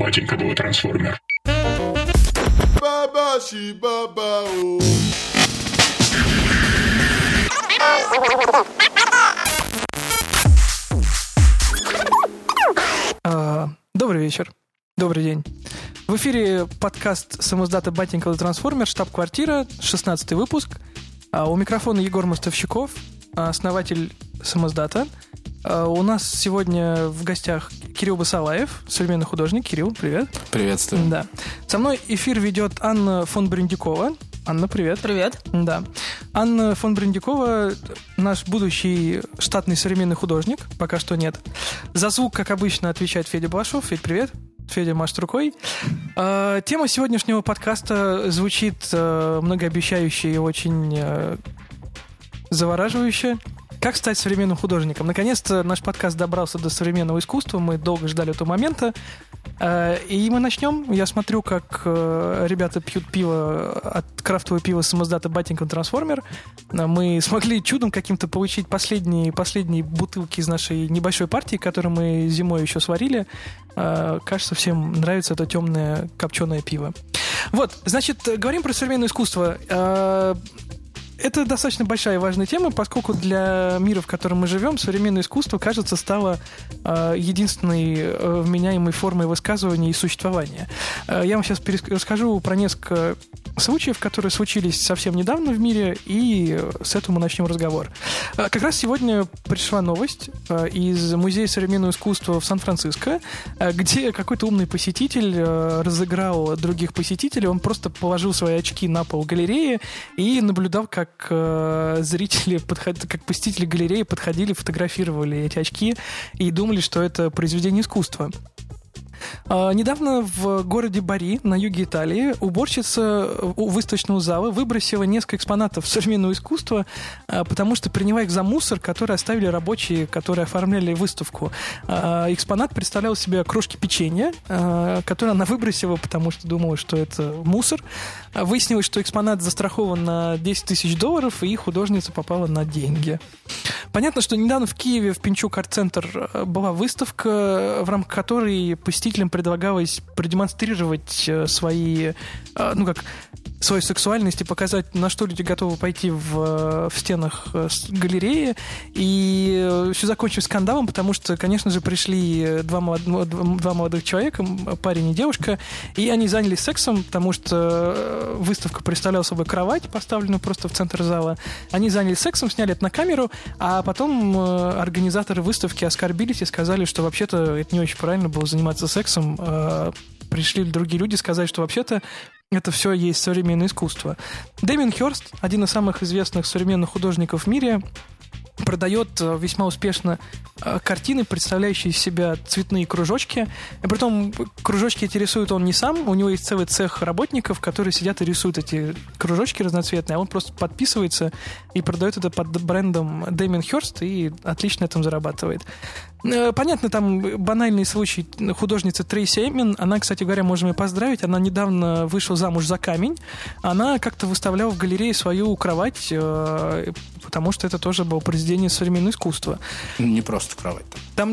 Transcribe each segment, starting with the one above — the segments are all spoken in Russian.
Батенька был трансформер. Добрый вечер. Добрый день. В эфире подкаст «Самоздата Батенька Трансформер», штаб-квартира, 16-й выпуск. У микрофона Егор Мостовщиков, основатель «Самоздата». У нас сегодня в гостях Кирилл Басалаев, современный художник. Кирилл, привет. Приветствую. Да. Со мной эфир ведет Анна фон Брендюкова. Анна, привет. Привет. Да. Анна фон Брендюкова – наш будущий штатный современный художник. Пока что нет. За звук, как обычно, отвечает Федя Балашов. Федь, привет. Федя машет рукой. Тема сегодняшнего подкаста звучит многообещающе и очень завораживающе. Как стать современным художником? Наконец-то наш подкаст добрался до современного искусства. Мы долго ждали этого момента. И мы начнем. Я смотрю, как ребята пьют пиво от крафтового пива «Самоздата Батенька Трансформер». Мы смогли чудом каким-то получить последние бутылки из нашей небольшой партии, которую мы зимой еще сварили. Кажется, всем нравится это темное копченое пиво. Вот, значит, говорим про современное искусство. Это достаточно большая и важная тема, поскольку для мира, в котором мы живем, современное искусство, кажется, стало единственной вменяемой формой высказывания и существования. Я вам сейчас расскажу про несколько случаев, которые случились совсем недавно в мире, и с этого мы начнем разговор. Как раз сегодня пришла новость из Музея современного искусства в Сан-Франциско, где какой-то умный посетитель разыграл других посетителей, он просто положил свои очки на пол галереи и наблюдал, как зрители, как посетители галереи подходили, фотографировали эти очки и думали, что это произведение искусства. Недавно в городе Бари, на юге Италии, уборщица выставочного зала выбросила несколько экспонатов современного искусства, потому что приняла их за мусор, который оставили рабочие, которые оформляли выставку. Экспонат представлял себе крошки печенья, которые она выбросила, потому что думала, что это мусор. Выяснилось, что экспонат застрахован на $10 тысяч, и художница попала на деньги. Понятно, что недавно в Киеве, в Пинчук арт-центр, была выставка, в рамках которой посетителям предлагалось продемонстрировать свою сексуальность и показать, на что люди готовы пойти в стенах галереи. И все закончилось скандалом, потому что, конечно же, пришли два молодых человека, парень и девушка, и они занялись сексом, потому что выставка представляла собой кровать, поставленную просто в центр зала. Они занялись сексом, сняли это на камеру, а потом организаторы выставки оскорбились и сказали, что вообще-то это не очень правильно было заниматься сексом. Пришли другие люди сказать, что вообще-то это все есть современное искусство. Дэмиан Хёрст, один из самых известных современных художников в мире, продает весьма успешно картины, представляющие из себя цветные кружочки. И притом кружочки эти рисует он не сам, у него есть целый цех работников, которые сидят и рисуют эти кружочки разноцветные, а он просто подписывается и продает это под брендом Дэмиан Хёрст и отлично этом зарабатывает. Понятно, там банальный случай художницы Трейси Эймин. Она, кстати говоря, можем ее поздравить. Она недавно вышла замуж за камень. Она как-то выставляла в галерее свою кровать, потому что это тоже было произведение современного искусства. Не просто кровать. Там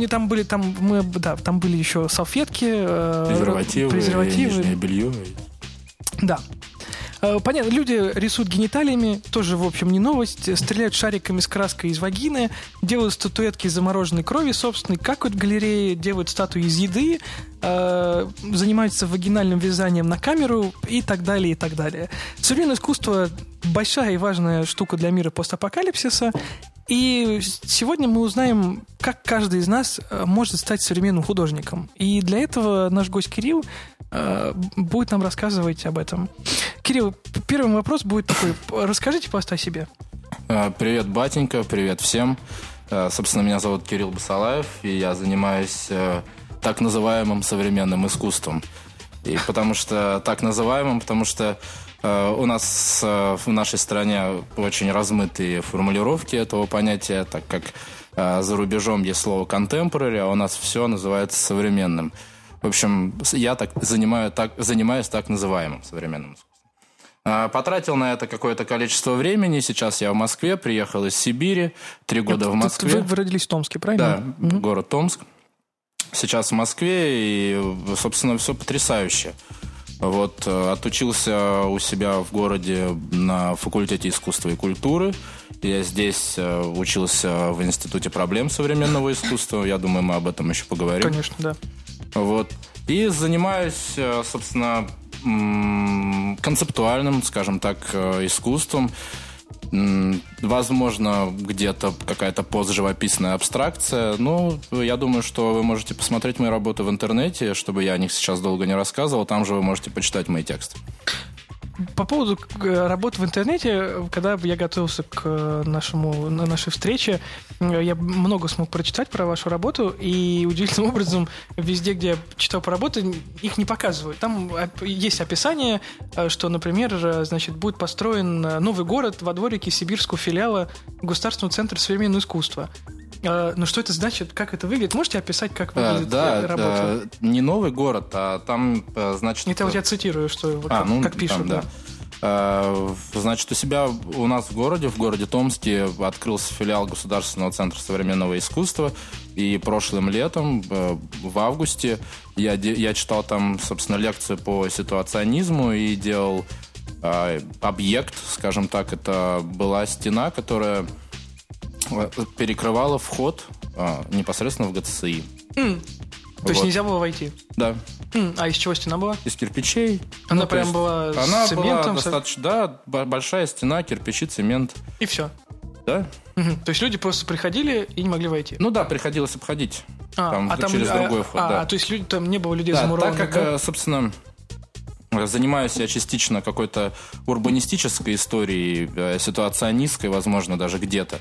были еще салфетки, презервативы. Нижнее белье. Да. Понятно, люди рисуют гениталиями, тоже, в общем, не новость, стреляют шариками с краской из вагины, делают статуэтки из замороженной крови собственной, какают в галерее, делают статуи из еды, занимаются вагинальным вязанием на камеру и так далее, и так далее. Современное искусство – большая и важная штука для мира постапокалипсиса, и сегодня мы узнаем, как каждый из нас может стать современным художником. И для этого наш гость Кирилл будет нам рассказывать об этом. Кирилл, первый вопрос будет такой. Расскажите просто о себе. Привет, батенька, привет всем. Собственно, меня зовут Кирилл Басалаев, и я занимаюсь так называемым современным искусством. И потому что у нас в нашей стране очень размытые формулировки этого понятия, так как за рубежом есть слово contemporary, а у нас все называется современным. В общем, я занимаюсь так называемым современным искусством. Потратил на это какое-то количество времени. Сейчас я в Москве, приехал из Сибири, 3 года в Москве. Вы родились в Томске, правильно? Да, город Томск. сейчас в Москве, и, собственно, все потрясающе. Вот, отучился у себя в городе на факультете искусства и культуры. Я здесь учился в Институте проблем современного искусства. Я думаю, мы об этом еще поговорим. Конечно, да. Вот. И занимаюсь, собственно, концептуальным, скажем так, искусством. Возможно, где-то какая-то постживописная абстракция. Ну, я думаю, что вы можете посмотреть мои работы в интернете, чтобы я о них сейчас долго не рассказывал. Там же вы можете почитать мои тексты. По поводу работы в интернете, когда я готовился к нашей встрече, я много смог прочитать про вашу работу, и удивительным образом везде, где я читал про работу, их не показывают. Там есть описание, что, например, значит, будет построен новый город во дворике сибирского филиала Государственного центра современного искусства. Но что это значит, как это выглядит? Можете описать, как выглядит работа? Не новый город, а там, значит... Это вот я цитирую, что как пишут. Там, да. Значит, у нас в городе Томске открылся филиал Государственного центра современного искусства, и прошлым летом, в августе, я читал там, собственно, лекцию по ситуационизму и делал объект, скажем так, это была стена, которая перекрывала вход непосредственно в ГЦСИ. То есть нельзя было войти? Да. А из чего стена была? Из кирпичей. Она прям была с цементом? Была достаточно, да, большая стена, кирпичи, цемент. И все? Да. То есть люди просто приходили и не могли войти? Ну да, приходилось обходить. Через другой вход, да. То есть там не было людей замурованных? Так как, собственно, занимаюсь я частично какой-то урбанистической историей, ситуационистской, возможно, даже где-то,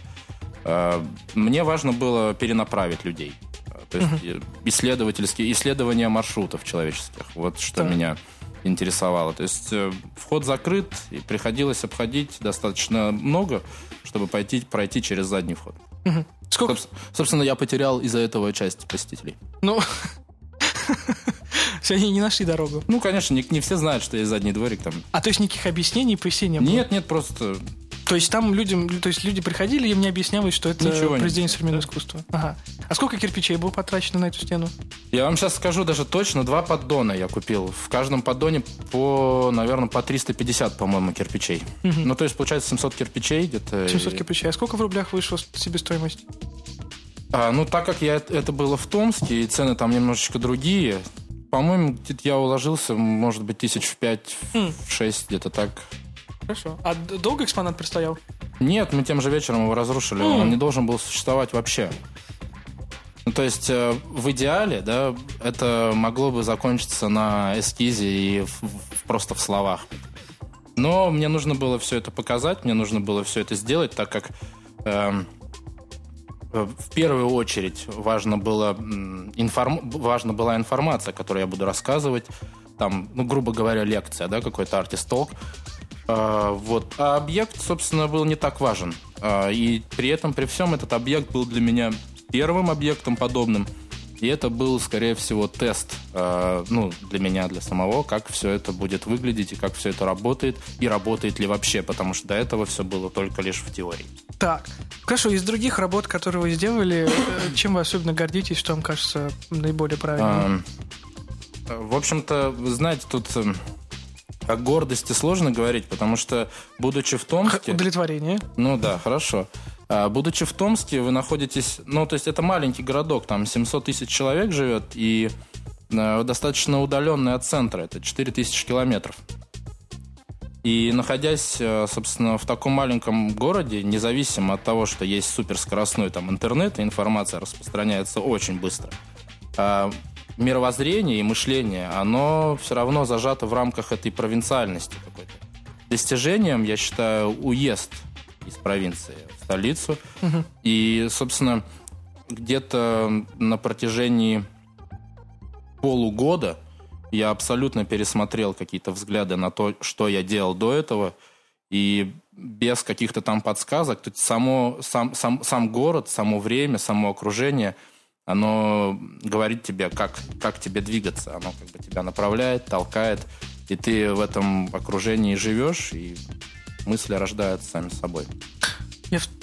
мне важно было перенаправить людей. То есть исследования маршрутов человеческих. Вот что меня интересовало. То есть вход закрыт, и приходилось обходить достаточно много, чтобы пройти через задний вход. Сколько? Собственно, я потерял из-за этого часть посетителей. Ну, все они не нашли дорогу. Ну, конечно, не все знают, что есть задний дворик там. То есть никаких объяснений, пояснений не было? Нет, просто... То есть там люди приходили, и им не объяснялось, что это произведение современного искусства. Ага. А сколько кирпичей было потрачено на эту стену? Я вам сейчас скажу даже точно, 2 поддона я купил. В каждом поддоне наверное, по 350, по-моему, кирпичей. Ну, то есть, получается, 700 кирпичей где-то. 700 кирпичей. А сколько в рублях вышла себестоимость? Так как это было в Томске, и цены там немножечко другие, по-моему, я уложился, может быть, 5,000-6, где-то так. Хорошо. А долго экспонат простоял? Нет, мы тем же вечером его разрушили. Он не должен был существовать вообще. Ну, то есть, в идеале, да, это могло бы закончиться на эскизе и просто в словах. Но мне нужно было все это показать, мне нужно было все это сделать, так как в первую очередь важна была информация, которую я буду рассказывать. Там, грубо говоря, лекция, да, какой-то артист-толк. А объект, собственно, был не так важен. И при всем этот объект был для меня первым объектом подобным. И это был, скорее всего, тест, для меня, для самого, как все это будет выглядеть и как все это работает, и работает ли вообще, потому что до этого все было только лишь в теории. Так, хорошо, из других работ, которые вы сделали, чем вы особенно гордитесь, что вам кажется наиболее правильным? В общем-то, вы знаете, тут... О гордости сложно говорить, потому что, будучи в Томске... Удовлетворение. Ну да, хорошо. Будучи в Томске, вы находитесь... то есть это маленький городок, там 700 тысяч человек живет, и достаточно удаленный от центра, это 4000 километров. И находясь, собственно, в таком маленьком городе, независимо от того, что есть суперскоростной там интернет, и информация распространяется очень быстро, мировоззрение и мышление, оно все равно зажато в рамках этой провинциальности какой-то. Достижением, я считаю, уезд из провинции в столицу. И, собственно, где-то на протяжении полугода я абсолютно пересмотрел какие-то взгляды на то, что я делал до этого, и без каких-то там подсказок, то есть сам город, само время, само окружение, оно говорит тебе, как тебе двигаться. Оно как бы тебя направляет, толкает. И ты в этом окружении живешь, и мысли рождаются сами собой. Я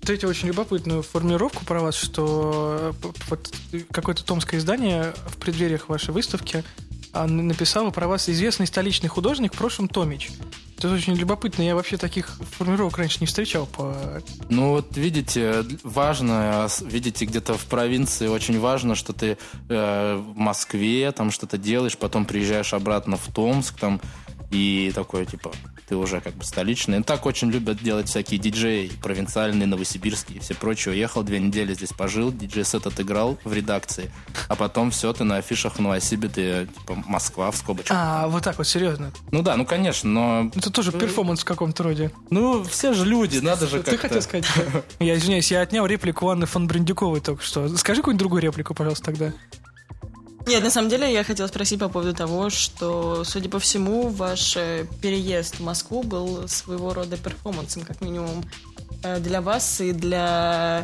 встретил очень любопытную формулировку про вас, что вот какое-то томское издание в преддвериях вашей выставки написало про вас известный столичный художник, в прошлом Томич. Это очень любопытно. Я вообще таких формулировок раньше не встречал. Ну вот видите, важно, видите, где-то в провинции очень важно, что ты в Москве там что-то делаешь, потом приезжаешь обратно в Томск там, и такой, типа, ты уже как бы столичный. И так очень любят делать всякие диджеи, провинциальные, новосибирские и все прочее. Уехал 2 недели здесь пожил, диджей-сет отыграл в редакции, а потом все, ты на афишах в Новосибе, ты, типа, Москва в скобочках. Вот так вот, серьезно? Ну да, ну конечно, но... Это тоже перформанс в каком-то роде. Ну, все же люди, надо же как-то... Ты хотел сказать? Я извиняюсь, я отнял реплику Анны фон Брендюковой только что. Скажи какую-нибудь другую реплику, пожалуйста, тогда. Нет, на самом деле я хотела спросить по поводу того, что, судя по всему, ваш переезд в Москву был своего рода перформансом, как минимум, для вас и для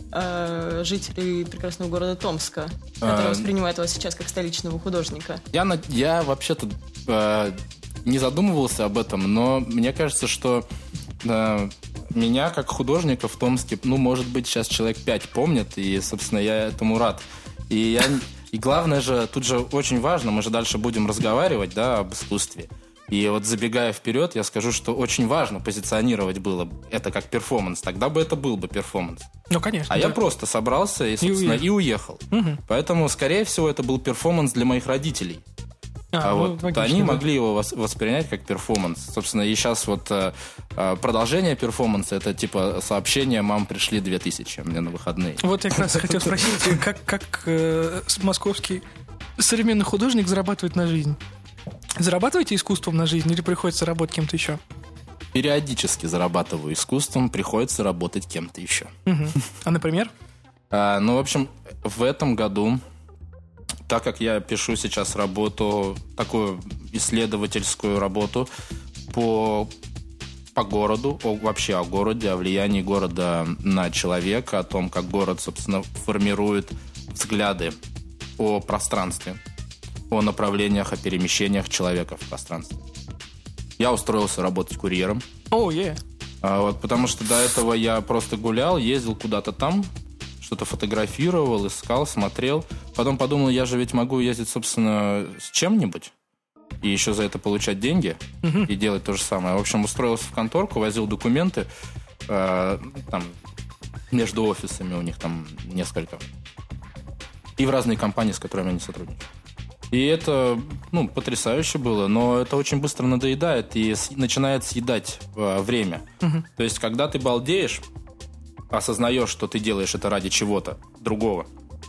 жителей прекрасного города Томска, которые воспринимают вас сейчас как столичного художника. Я вообще-то не задумывался об этом, но мне кажется, что меня как художника в Томске, ну, может быть, сейчас человек 5 помнит, и, собственно, я этому рад. И главное же, тут же очень важно, мы же дальше будем разговаривать, да, об искусстве. И вот забегая вперед, я скажу, что очень важно позиционировать было это как перформанс. Тогда бы это был бы перформанс. Ну, конечно. Я просто собрался и, собственно, и уехал. Угу. Поэтому, скорее всего, это был перформанс для моих родителей. Вот логично, они могли его воспринять как перформанс. Собственно, и сейчас вот продолжение перформанса — это типа сообщение: «Мам, пришли 2000 мне на выходные». Вот я как раз хотел спросить, как московский современный художник зарабатывает на жизнь? Зарабатываете искусством на жизнь или приходится работать кем-то еще? Периодически зарабатываю искусством, приходится работать кем-то еще. Угу. А, например? Ну, в общем, в этом году, так как я пишу сейчас работу, такую исследовательскую работу по городу, вообще о городе, о влиянии города на человека, о том, как город, собственно, формирует взгляды о пространстве, о направлениях, о перемещениях человека в пространстве. Я устроился работать курьером. Потому что до этого я просто гулял, ездил куда-то там, что-то фотографировал, искал, смотрел. Потом подумал, я же ведь могу ездить, собственно, с чем-нибудь и еще за это получать деньги и делать то же самое. В общем, устроился в конторку, возил документы, там, между офисами у них там несколько. И в разные компании, с которыми они сотрудничают. И это, потрясающе было, но это очень быстро надоедает и начинает съедать время. То есть, когда ты балдеешь, осознаешь, что ты делаешь это ради чего-то другого,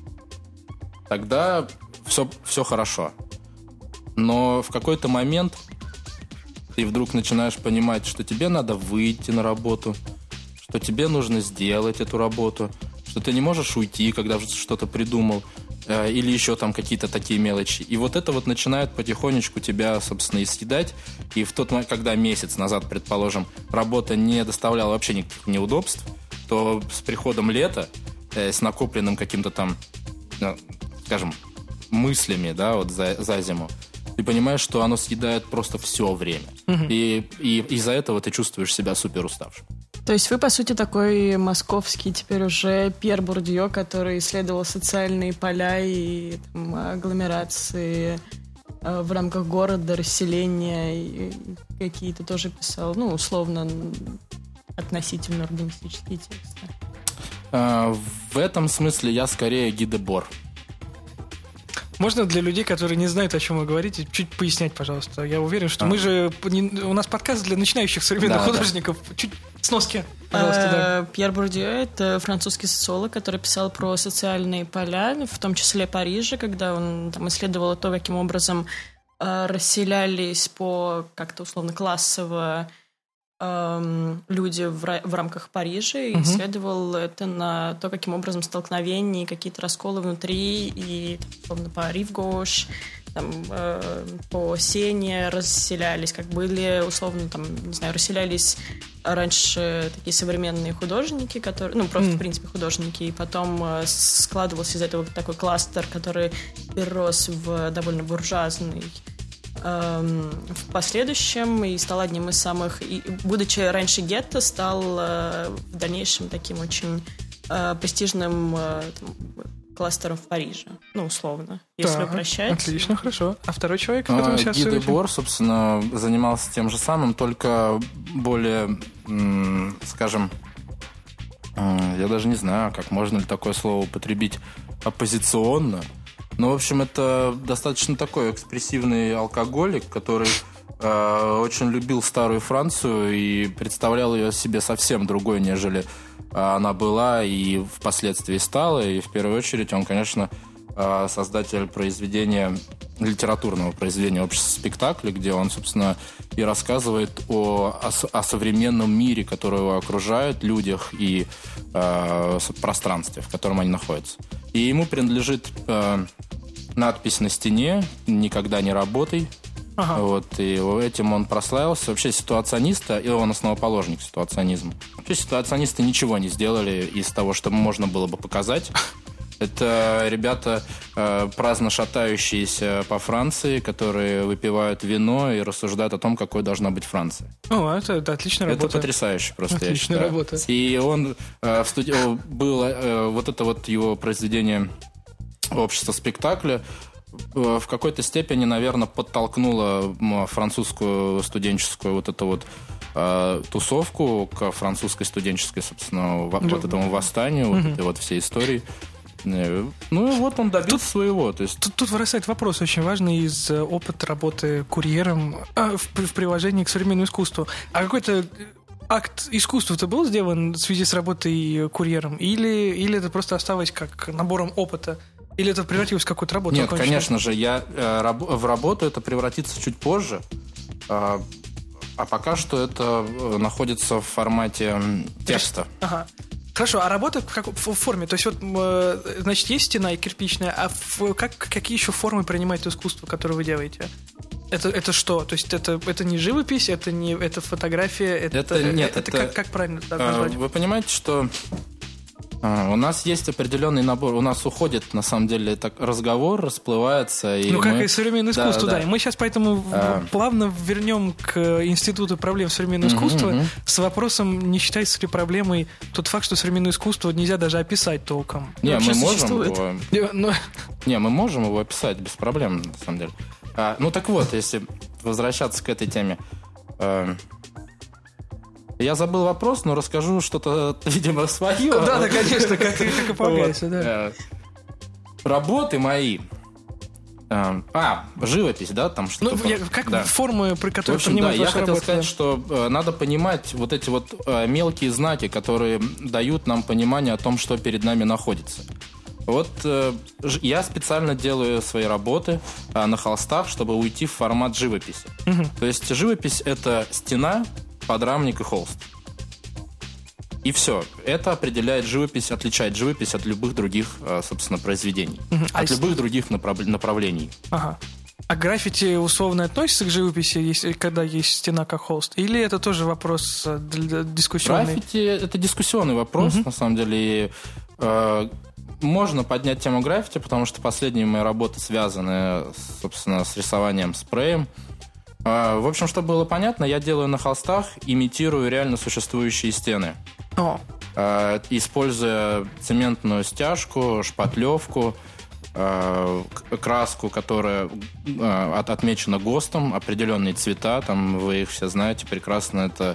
тогда все хорошо. Но в какой-то момент ты вдруг начинаешь понимать, что тебе надо выйти на работу, что тебе нужно сделать эту работу, что ты не можешь уйти, когда что-то придумал, или еще там какие-то такие мелочи. И вот это вот начинает потихонечку тебя, собственно, и съедать. И в тот момент, когда месяц назад, предположим, работа не доставляла вообще никаких неудобств, то с приходом лета, с накопленным каким-то там, скажем, мыслями, да, вот за зиму, ты понимаешь, что оно съедает просто все время. И из-за этого ты чувствуешь себя супер уставшим. То есть вы, по сути, такой московский теперь уже Пьер Бурдье, который исследовал социальные поля и там, агломерации в рамках города, расселения, и какие-то тоже писал, условно, относительно урбанистические тексты. В этом смысле я скорее Ги Дебор. Можно для людей, которые не знают, о чем вы говорите, чуть пояснять, пожалуйста? Я уверен, что у нас подкаст для начинающих современных художников. Чуть сноски, пожалуйста. Пьер Бурдье — это французский социолог, который писал про социальные поля, в том числе Парижа, когда он там исследовал то, каким образом расселялись по как-то условно классово люди в рамках Парижа, и исследовал это на то, каким образом столкновения, какие-то расколы внутри, и условно по Ривгош, там, по Сене расселялись, как были условно там, не знаю, расселялись раньше такие современные художники, которые, просто в принципе художники, и потом складывался из этого такой кластер, который перерос в довольно буржуазный в последующем и стал одним из самых... И, будучи раньше гетто, стал в дальнейшем таким очень престижным кластером в Париже. Ну, условно, если упрощать. Отлично, хорошо. А второй человек, которому сейчас... Ги Дебор, собственно, занимался тем же самым, только более, скажем, я даже не знаю, как можно ли такое слово употребить, оппозиционно. Но, в общем, это достаточно такой экспрессивный алкоголик, который очень любил старую Францию и представлял ее себе совсем другой, нежели она была и впоследствии стала. И в первую очередь он, конечно, создатель произведения, литературного произведения «Общество спектакля», где он, собственно, и рассказывает о современном мире, который его окружает, людях и пространстве, в котором они находятся. И ему принадлежит надпись на стене «Никогда не работай». Ага. Вот, и этим он прославился. Вообще ситуациониста, и он основоположник ситуационизма. Вообще ситуационисты ничего не сделали из того, что можно было бы показать. Это ребята, праздно шатающиеся по Франции, которые выпивают вино и рассуждают о том, какой должна быть Франция. О, это отличная работа. Это потрясающе просто, отличная, я считаю. Работа. И он было вот это вот его произведение «Общество спектакля» в какой-то степени, наверное, подтолкнуло французскую студенческую вот эту вот тусовку к французской студенческой, собственно, вот этому восстанию, вот этой вот всей истории. Ну и вот он добился своего. То есть... Тут вырастает вопрос очень важный из опыта работы курьером в приложении к современному искусству. А какой-то акт искусства-то был сделан в связи с работой курьером? Или это просто осталось как набором опыта? Или это превратилось в какую-то работу? Нет, конечно же, в работу это превратится чуть позже. А пока что это находится в формате текста. Ага. Хорошо, а работа в форме? То есть вот, значит, есть стена и кирпичная, а какие еще формы принимает искусство, которое вы делаете? Это что? То есть это не живопись, это фотография, нет, как правильно назвать? Вы понимаете, что у нас есть определенный набор. У нас уходит, на самом деле, так разговор расплывается. И как и современное искусство, да. И мы сейчас поэтому плавно вернем к Институту проблем современного искусства с вопросом, не считается ли проблемой тот факт, что современное искусство нельзя даже описать толком. Не, мы можем его... Не, мы можем его описать без проблем, на самом деле. Ну так вот, если возвращаться к этой теме... Я забыл вопрос, но расскажу что-то, видимо, свое. Да, конечно, как и полагается, да. Работы мои. Живопись, да, там что-то. Как формы, при которых принимают вашу работу? Я хотел сказать, что надо понимать вот эти вот мелкие знаки, которые дают нам понимание о том, что перед нами находится. Вот я специально делаю свои работы на холстах, чтобы уйти в формат живописи. То есть живопись — это стена, подрамник и холст. И все. Это определяет живопись, отличает живопись от любых других, собственно, произведений. От любых других направлений. Ага. А граффити условно относится к живописи, когда есть стена как холст? Или это тоже вопрос дискуссионный? Граффити — это дискуссионный вопрос, на самом деле. И, можно поднять тему граффити, потому что последние мои работы связаны, собственно, с рисованием спреем. В общем, чтобы было понятно, я делаю на холстах, имитирую реально существующие стены. Используя цементную стяжку, шпатлевку, краску, которая отмечена ГОСТом, определенные цвета, там вы их все знаете прекрасно, это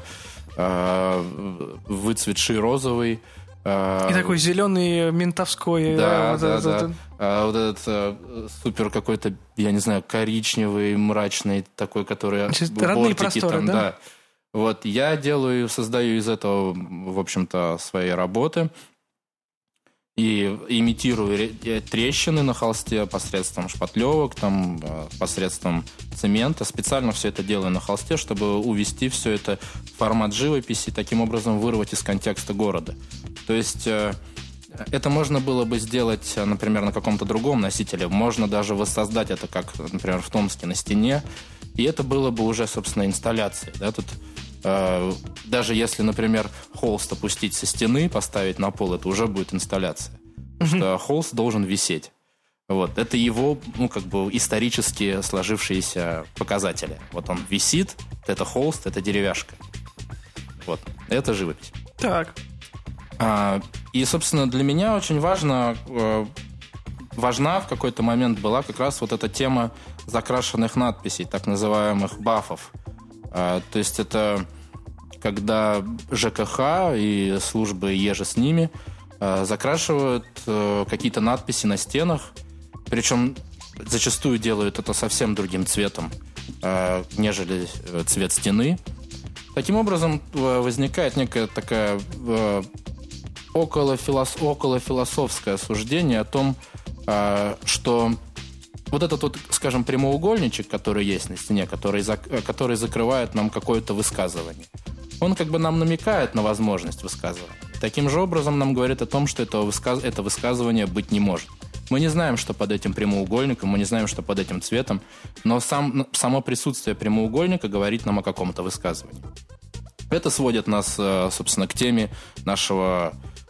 выцветший розовый. И такой зеленый ментовской. Да. Вот этот супер какой-то, я не знаю, коричневый, мрачный такой, который... Родные просторы, там, да? Вот, я создаю из этого, в общем-то, свои работы. И имитирую трещины на холсте посредством шпатлевок, там, посредством цемента. Специально все это делаю на холсте, чтобы увести все это в формат живописи и таким образом вырвать из контекста города. То есть это можно было бы сделать, например, на каком-то другом носителе. Можно даже воссоздать это, как, например, в Томске на стене. И это было бы уже, собственно, инсталляцией. Да? Тут даже если, например, холст опустить со стены, поставить на пол, это уже будет инсталляция. Потому что холст должен висеть. Вот. Это его, исторически сложившиеся показатели. Вот он висит, это холст, это деревяшка. Вот. Это живопись. Так. И, собственно, для меня очень важна в какой-то момент была как раз вот эта тема закрашенных надписей, так называемых бафов. То есть это когда ЖКХ и службы еже с ними закрашивают какие-то надписи на стенах, причем зачастую делают это совсем другим цветом, нежели цвет стены. Таким образом возникает некая такая околофилософское суждение о том, что вот этот вот, скажем, прямоугольничек, который есть на стене, который закрывает нам какое-то высказывание, он как бы нам намекает на возможность высказывания. Таким же образом нам говорит о том, что это высказывание быть не может. Мы не знаем, что под этим прямоугольником, мы не знаем, что под этим цветом, но само присутствие прямоугольника говорит нам о каком-то высказывании. Это сводит нас, собственно, к теме нашего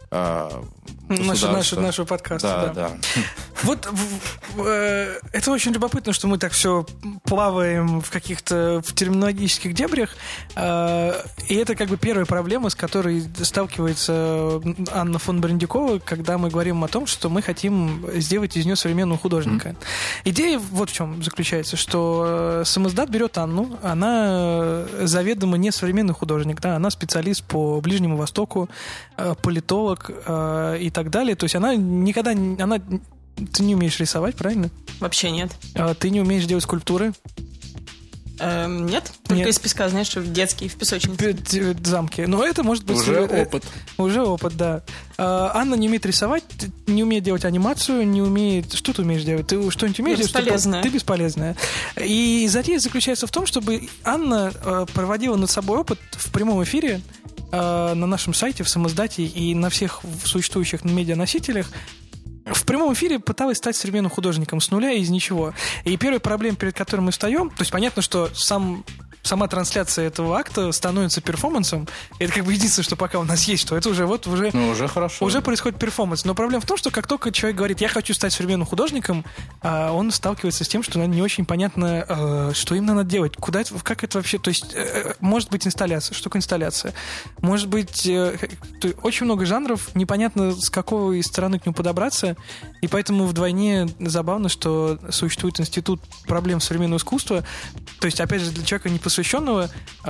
нашего подкаста. Да. Вот это очень любопытно, что мы так все плаваем в каких-то терминологических дебрях. И это как бы первая проблема, с которой сталкивается Анна фон Брендякова, когда мы говорим о том, что мы хотим сделать из нее современного художника. Идея вот в чем заключается, что самиздат берет Анну, она заведомо не современный художник, да, она специалист по Ближнему Востоку, политолог и так далее. То есть она никогда... Ты не умеешь рисовать, правильно? Вообще нет. Ты не умеешь делать скульптуры? Нет, только из песка, знаешь, в детские, в песочнице. Замки. Но это может быть... Уже опыт, да. Анна не умеет рисовать, не умеет делать анимацию, не умеет... Что ты умеешь делать? Ты что-нибудь умеешь делать? Бесполезная. Ты бесполезная. И затея заключается в том, чтобы Анна проводила над собой опыт в прямом эфире на нашем сайте, в самиздате и на всех существующих медианосителях. В прямом эфире пыталась стать современным художником с нуля и из ничего. И первая проблема, перед которой мы встаем, то есть понятно, что сама трансляция этого акта становится перформансом. Это как бы единственное, что пока у нас есть, что это уже уже хорошо. Уже происходит перформанс. Но проблема в том, что как только человек говорит, я хочу стать современным художником, он сталкивается с тем, что не очень понятно, что именно надо делать, куда это, как это вообще. То есть, может быть инсталляция. Что такое инсталляция? Может быть, очень много жанров, непонятно, с какой стороны к нему подобраться. И поэтому вдвойне забавно, что существует институт проблем современного искусства. То есть, опять же, для человека не посвященного,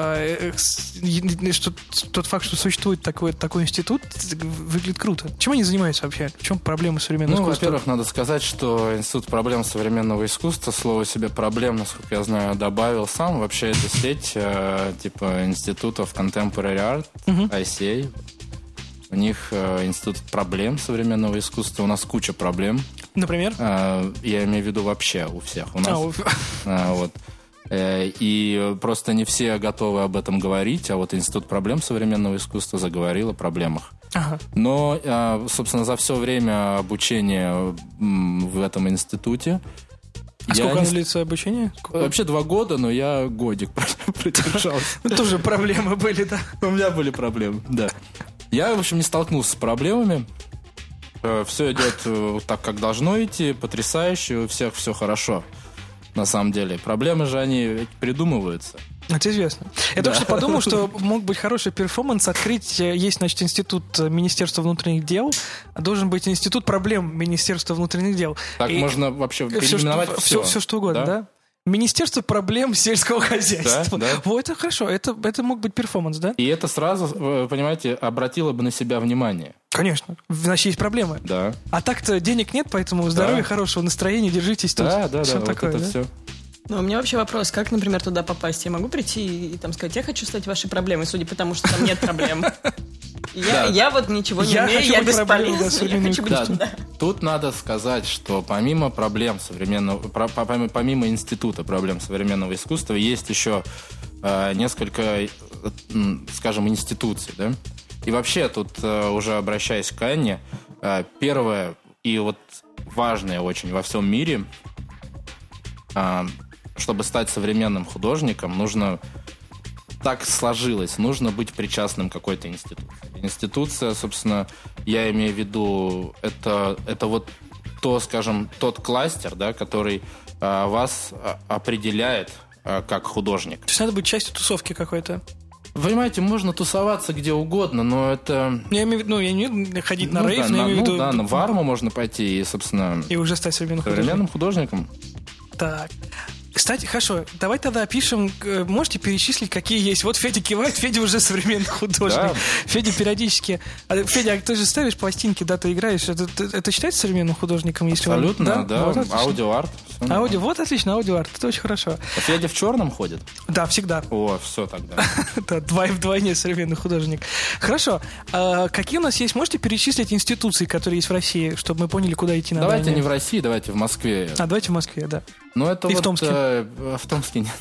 тот факт, что существует такой институт, выглядит круто. Чем они занимаются вообще? В чем проблема современного искусства? Во-первых, надо сказать, что Институт проблем современного искусства, слово себе проблем, насколько я знаю, добавил сам. Вообще, это сеть типа институтов Contemporary Art, ICA. У них институт проблем современного искусства. У нас куча проблем. Например? Я имею в виду вообще у всех. У нас. Вот. И просто не все готовы об этом говорить, а вот Институт проблем современного искусства заговорил о проблемах. Ага. Но, собственно, за все время обучения в этом институте... Сколько длится обучение? Вообще 2 года, но я годик продержался. Тоже проблемы были, да? У меня были проблемы, да. Я, в общем, не столкнулся с проблемами. Все идет так, как должно идти, потрясающе, у всех все хорошо. На самом деле. Проблемы же, они придумываются. Это известно. Я только что подумал, что мог быть хороший перформанс открыть. Есть, значит, институт Министерства внутренних дел, должен быть институт проблем Министерства внутренних дел. Так можно вообще переименовать все. Все, что угодно, да? Министерство проблем сельского хозяйства. Да. Вот, это хорошо. Это мог быть перформанс, да? И это сразу, понимаете, обратило бы на себя внимание. Конечно. Значит, есть проблемы. Да. А так-то денег нет, поэтому здоровья, хорошего настроения, держитесь тут. Да, все вот такое, это да? все. Ну, у меня вообще вопрос, как, например, туда попасть? Я могу прийти и там сказать, я хочу стать вашей проблемой, судя по тому, что там нет проблем. Я вот ничего не умею, я бесполезна, я хочу быть... Тут надо сказать, что помимо проблем современного, помимо института проблем современного искусства, есть еще несколько, скажем, институций, да? И вообще, тут уже обращаясь к Анне, первое и вот важное очень во всем мире, чтобы стать современным художником, нужно, так сложилось, нужно быть причастным к какой-то институции. Институция, собственно, я имею в виду, это вот тот кластер, да, который вас определяет как художник. То есть надо быть частью тусовки какой-то. Понимаете, можно тусоваться где угодно, но это... Я имею в виду, я не имею в виду ходить на рейв, но я имею в виду... на Варму можно пойти и, собственно... И уже стать современным художником. Так. Кстати, хорошо, давай тогда опишем, можете перечислить, какие есть. Вот Федя кивает, Федя уже современный художник. Да. Федя периодически... Федя, ты же ставишь пластинки, да, ты играешь. Это считается современным художником? Если абсолютно, да. Вот, аудиоарт. Вот отлично, аудиоарт, это очень хорошо. А Федя в черном ходит? Да, всегда. О, все тогда. Да, вдвойне современный художник. Хорошо, какие у нас есть, можете перечислить институции, которые есть в России, чтобы мы поняли, куда идти надо? Давайте не в России, давайте в Москве. Давайте в Москве, да. Ну, это и вот, в Томске. В Томске нет.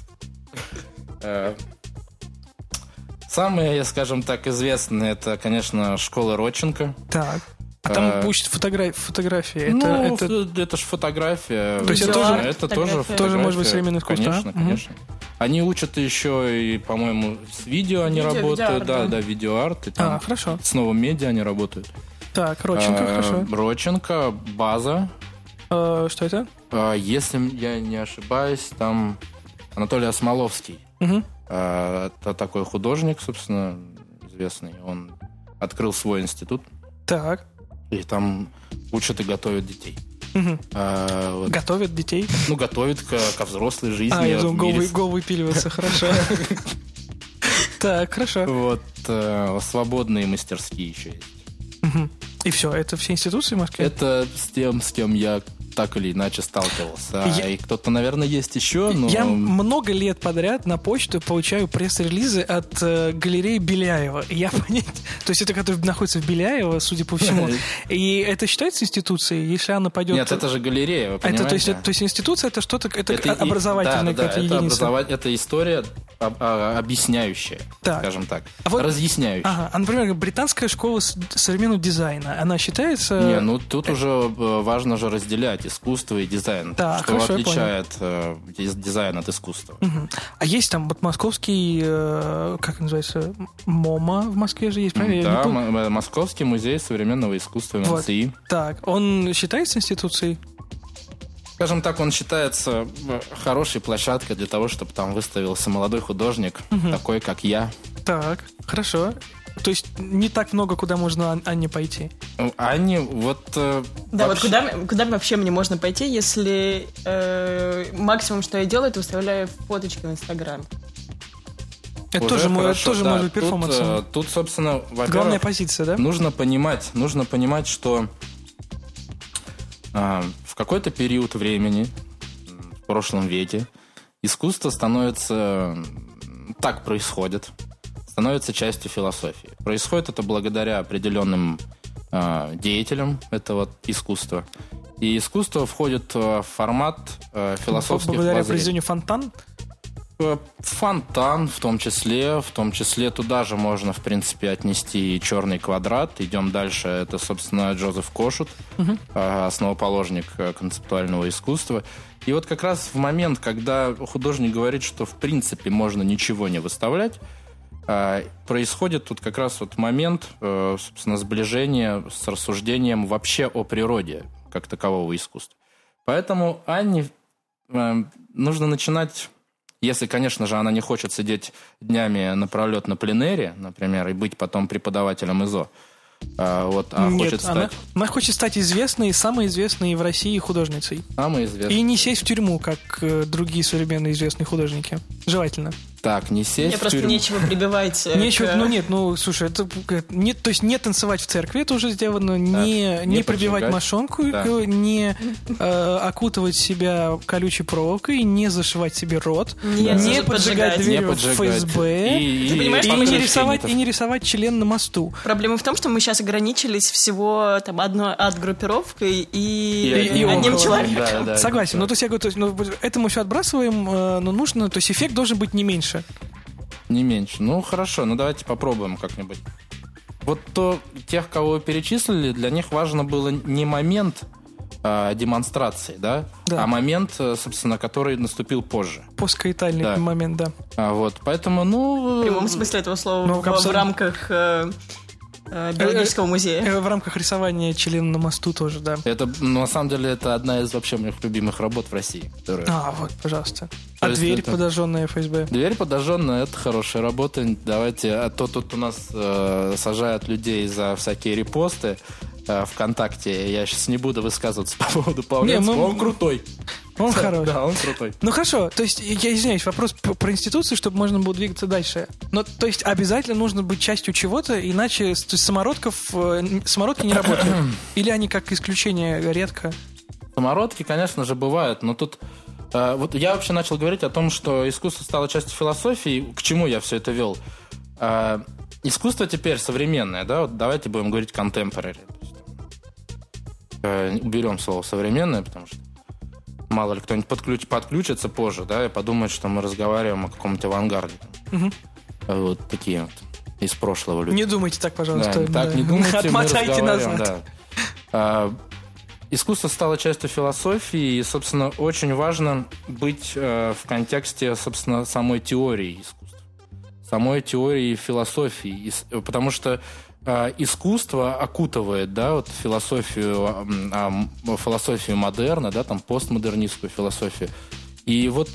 Самые, скажем так, известные, это, конечно, школа Родченко. Так. А там учат фотографии. Это же фотография. То есть это тоже может быть современное искусство? Конечно. Они учат еще и, по-моему, с видео они работают. Да, видеоарт. Хорошо. С новым медиа они работают. Так, Родченко, хорошо. Родченко, база. Что это? Если я не ошибаюсь, там Анатолий Осмоловский. Это такой художник, собственно, известный. Он открыл свой институт. Так. И там учат и готовят детей. Вот. Готовят детей? Ну, готовят ко взрослой жизни. Я думал, гол выпиливаться, хорошо. Так, хорошо. Вот, свободные мастерские еще есть. И все, это все институции в Москве? Это с кем я так или иначе сталкивался. И кто-то, наверное, есть еще, но... Я много лет подряд на почту получаю пресс-релизы от галереи Беляева. Я понять... То есть это который находится в Беляево, судя по всему. И это считается институцией, если она пойдет... Нет, это же галерея, вы понимаете? То есть институция это что-то... Это образовательная какая-то единица. Это история объясняющая, скажем так. Разъясняющая. Например, британская школа современного дизайна, она считается... Не, ну тут уже важно же разделять искусство и дизайн. Да, что хорошо, отличает дизайн от искусства. А есть там вот московский, как называется, МОМА в Москве же есть, правильно? Да, Московский музей современного искусства МСИ. Вот. Так, он считается институцией? Скажем так, он считается хорошей площадкой для того, чтобы там выставился молодой художник, такой, как я. Так, хорошо. То есть не так много, куда можно Анне пойти? Анне, вот... Да, вообще... вот куда вообще мне можно пойти, если максимум, что я делаю, это выставляю фоточки в Инстаграм? Это тоже может быть перформансом. Тут, собственно, во-первых... Главная позиция, да? Нужно понимать, что в какой-то период времени, в прошлом веке, искусство становится... Так происходит. Становится частью философии. Происходит это благодаря определенным деятелям этого искусства. И искусство входит в формат философских благодаря произведению Фонтан? Фонтан в том числе туда же можно, в принципе, отнести и «Черный квадрат». Идем дальше, это, собственно, Джозеф Кошут, основоположник концептуального искусства. И вот как раз в момент, когда художник говорит, что в принципе можно ничего не выставлять, происходит тут как раз вот момент, собственно, сближения с рассуждением вообще о природе как такового искусства. Поэтому Анне нужно начинать, если, конечно же, она не хочет сидеть днями напролет на пленэре, например, и быть потом преподавателем ИЗО, Нет, она хочет стать известной, самой известной в России художницей. Самой известной. И не сесть в тюрьму, как другие современные известные художники. Желательно. Так, не сесть Мне в просто тюрьму. нечего прибивать. Слушай, это не, то есть не танцевать в церкви, это уже сделано, не пробивать мошонку, не окутывать себя колючей проволокой, не зашивать себе рот, не поджигать дверь в ФСБ и не рисовать член на мосту. Проблема в том, что мы сейчас ограничились всего там одной арт-группировкой и одним человеком. Да, согласен. Ну, то есть я говорю, это мы все отбрасываем, но нужно, то есть эффект должен быть не меньше. Не меньше. Ну, хорошо, давайте попробуем как-нибудь. Вот тех, кого вы перечислили, для них важно было не момент демонстрации, да? Момент, собственно, который наступил позже. Посткаитальный момент, да. Вот, поэтому, В прямом смысле этого слова, в рамках биологического музея. В рамках рисования члена на мосту тоже, да. Это, на самом деле, это одна из вообще моих любимых работ в России. Вот, пожалуйста. Дверь, подожженная ФСБ? Дверь подожженная, это хорошая работа. Давайте, а то тут у нас сажают людей за всякие репосты ВКонтакте. Я сейчас не буду высказываться по поводу Павленского. Он крутой. Он хороший. Да, он крутой. Ну хорошо, то есть, я извиняюсь, вопрос про институцию, чтобы можно было двигаться дальше. Но, то есть, обязательно нужно быть частью чего-то, иначе то есть, самородки не работают. Или они как исключение редко? Самородки, конечно же, бывают, но тут... Вот я вообще начал говорить о том, что искусство стало частью философии. К чему я все это вел? Искусство теперь современное, да? Вот давайте будем говорить contemporary. Уберем слово современное, потому что мало ли кто-нибудь подключится позже, да, и подумает, что мы разговариваем о каком-то авангарде. Угу. Вот такие вот из прошлого люди. Не думайте так, пожалуйста. Да, так не думайте, отмотайте мы назад. Да. Искусство стало частью философии, и, собственно, очень важно быть в контексте, собственно, самой теории искусства, самой теории философии, потому что искусство окутывает, да, вот философию модерна, да, там постмодернистскую философию. И вот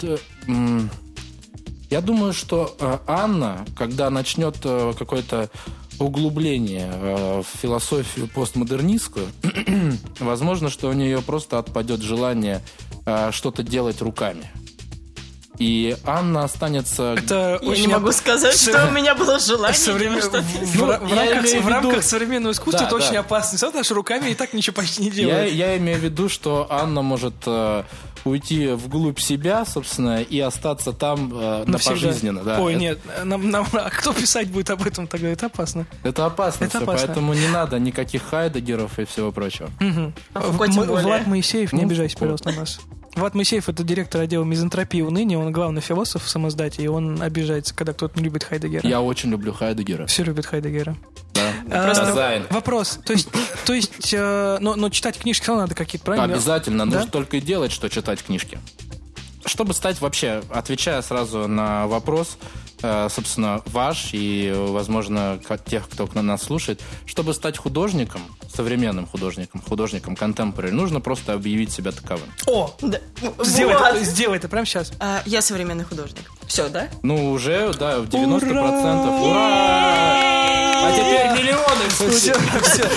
я думаю, что Анна, когда начнет какое-то углубление в философию постмодернистскую, возможно, что у нее просто отпадет желание что-то делать руками. И Анна останется... Я не могу сказать, что у меня было желание. В рамках современного искусства это очень опасно. Потому что руками и так ничего почти не делает. Я имею в виду, что Анна может уйти вглубь себя, собственно, и остаться там на пожизненно. Да. Ой, нет. А кто писать будет об этом тогда? Это опасно. Это опасно, поэтому не надо никаких Хайдеггеров и всего прочего. Влад Моисеев, не обижайся, пожалуйста, на нас. Влад Моисеев — это директор отдела мизантропии и уныния, он главный философ в самоздате, и он обижается, когда кто-то не любит Хайдеггера. Я очень люблю Хайдегера. Все любят Хайдегера. Да. Вопрос. То есть, но читать книжки все равно надо какие-то, правильно? Обязательно. Нужно только и делать, что читать книжки. Чтобы стать вообще, отвечая сразу на вопрос, собственно, ваш и, возможно, тех, кто нас слушает, чтобы стать художником, современным художником contemporary, нужно просто объявить себя таковым. Сделай это прямо сейчас. Я современный художник. Все, да? Ну, уже, да, в 90%. Ура! А теперь миллионы в студии.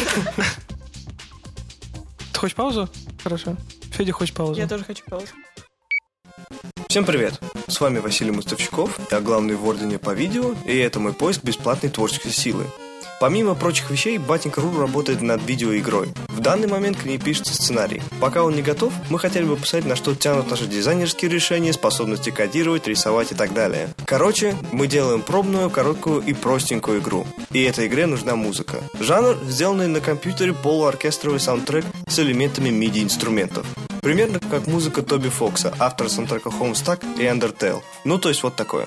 Ты хочешь паузу? Хорошо. Федя хочет паузу. Я тоже хочу паузу. Всем привет! С вами Василий Мустовщиков, я главный в Ордене по видео, и это мой поиск бесплатной творческой силы. Помимо прочих вещей, Батенька.ру работает над видеоигрой. В данный момент к ней пишется сценарий. Пока он не готов, мы хотели бы посмотреть, на что тянут наши дизайнерские решения, способности кодировать, рисовать и так далее. Короче, мы делаем пробную, короткую и простенькую игру. И этой игре нужна музыка. Жанр, сделанный на компьютере полуоркестровый саундтрек с элементами MIDI-инструментов. Примерно как музыка Тоби Фокса, автора саундтрека Homestuck и Undertale. Ну, то есть вот такое.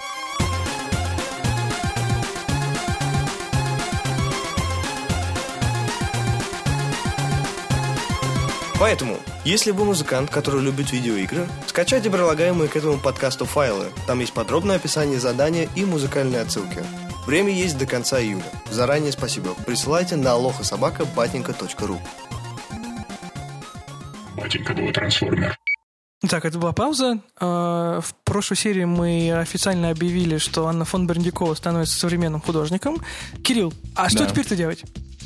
Поэтому, если вы музыкант, который любит видеоигры, скачайте прилагаемые к этому подкасту файлы. Там есть подробное описание задания и музыкальные отсылки. Время есть до конца июля. Заранее спасибо. Присылайте на alohasobaka.batinka.ru. Батенька был трансформер. Так, это была пауза. В прошлой серии мы официально объявили, что Анна фон Берендикова становится современным художником. Кирилл, а что теперь-то делать?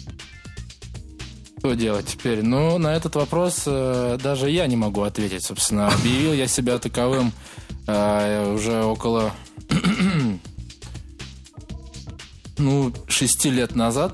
Что делать теперь? Ну, на этот вопрос даже я не могу ответить, собственно. Объявил я себя таковым уже около 6 лет назад.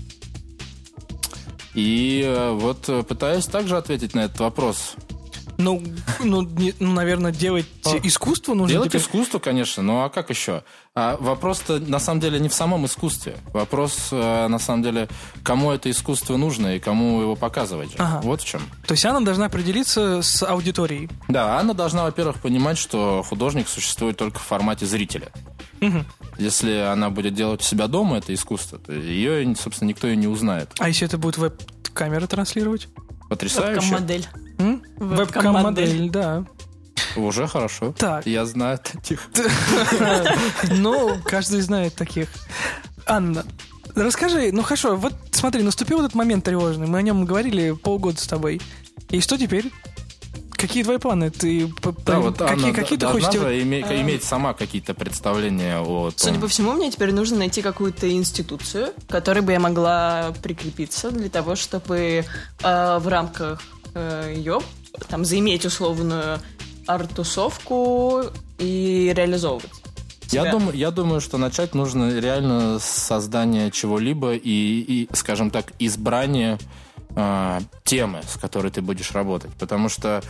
И вот пытаюсь также ответить на этот вопрос. Наверное, делать искусство нужно. Делать искусство, конечно, ну а как еще? Вопрос-то на самом деле не в самом искусстве. Вопрос, на самом деле, кому это искусство нужно и кому его показывать. Ага. Вот в чем. То есть Анна должна определиться с аудиторией. Да, Анна должна, во-первых, понимать, что художник существует только в формате зрителя. Угу. Если она будет делать у себя дома это искусство, то ее, собственно, никто и не узнает. А если это будет веб-камера транслировать? Потрясающе. Вебкам-модель. Вебкам-модель, да. Уже хорошо. Так. Я знаю таких. Ну, каждый знает таких. Анна, Расскажи, ну хорошо, вот смотри, наступил этот момент тревожный, мы о нем говорили полгода с тобой. И что теперь? Какие твои планы? Ты, да, вот какие ты хочешь же иметь сама какие-то представления о том. Судя по всему, мне теперь нужно найти какую-то институцию, к которой бы я могла прикрепиться для того, чтобы в рамках ее там заиметь условную арт-тусовку и реализовывать себя. Я думаю, что начать нужно реально с создания чего-либо и, скажем так, избрания темы, с которой ты будешь работать. Потому что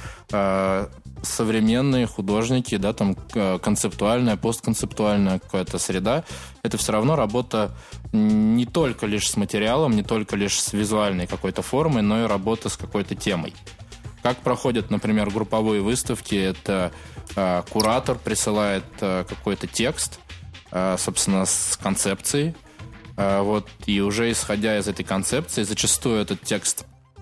современные художники, да, там концептуальная, постконцептуальная какая-то среда, это все равно работа не только лишь с материалом, не только лишь с визуальной какой-то формой, но и работа с какой-то темой. Как проходят, например, групповые выставки, это куратор присылает какой-то текст, собственно, с концепцией, вот, и уже исходя из этой концепции, зачастую этот текст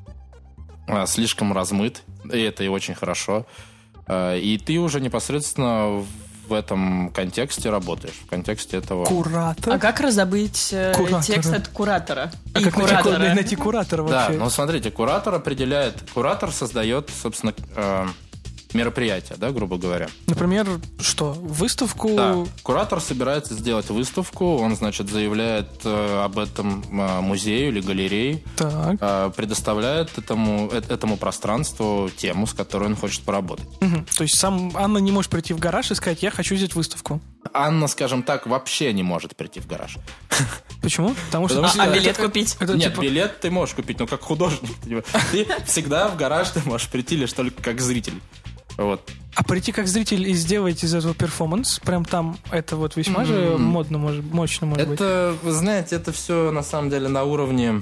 слишком размыт, и это и очень хорошо, и ты уже непосредственно в этом контексте работаешь, в контексте этого... Куратор? А как раздобыть текст от куратора? А как найти куратора вообще? Да, ну смотрите, куратор создает, собственно, мероприятие, да, грубо говоря. Например, что? Выставку? Да, куратор собирается сделать выставку, он, значит, заявляет об этом музею или галерее, предоставляет этому пространству тему, с которой он хочет поработать. Угу. То есть сам Анна не может прийти в гараж и сказать, я хочу сделать выставку? Анна, скажем так, вообще не может прийти в гараж. Почему? Потому что билет купить? Нет, билет ты можешь купить, но как художник. Ты всегда в гараж ты можешь прийти лишь только как зритель. Вот. А прийти как зритель и сделать из этого перформанс, прям там, это вот весьма же модно, мощно может быть. Это, вы знаете, это все на самом деле на уровне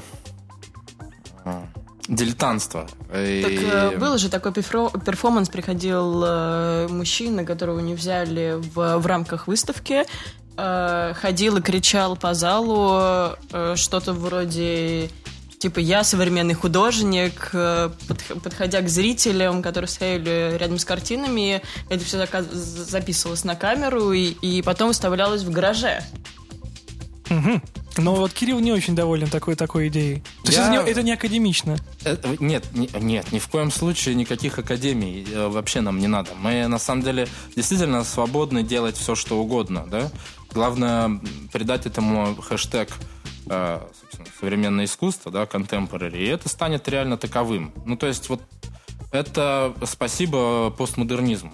дилетантства. Так был же такой перформанс, приходил мужчина, которого не взяли в рамках выставки, ходил и кричал по залу что-то вроде... Типа, я современный художник, подходя к зрителям, которые стояли рядом с картинами, это все записывалось на камеру и потом выставлялось в гараже. Угу. Но вот Кирилл не очень доволен такой идеей. То есть это не академично? Нет, ни в коем случае никаких академий вообще нам не надо. Мы, на самом деле, действительно свободны делать все, что угодно, да? Главное, придать этому хэштег современное искусство, да, contemporary, и это станет реально таковым. Ну, то есть, вот это спасибо постмодернизму.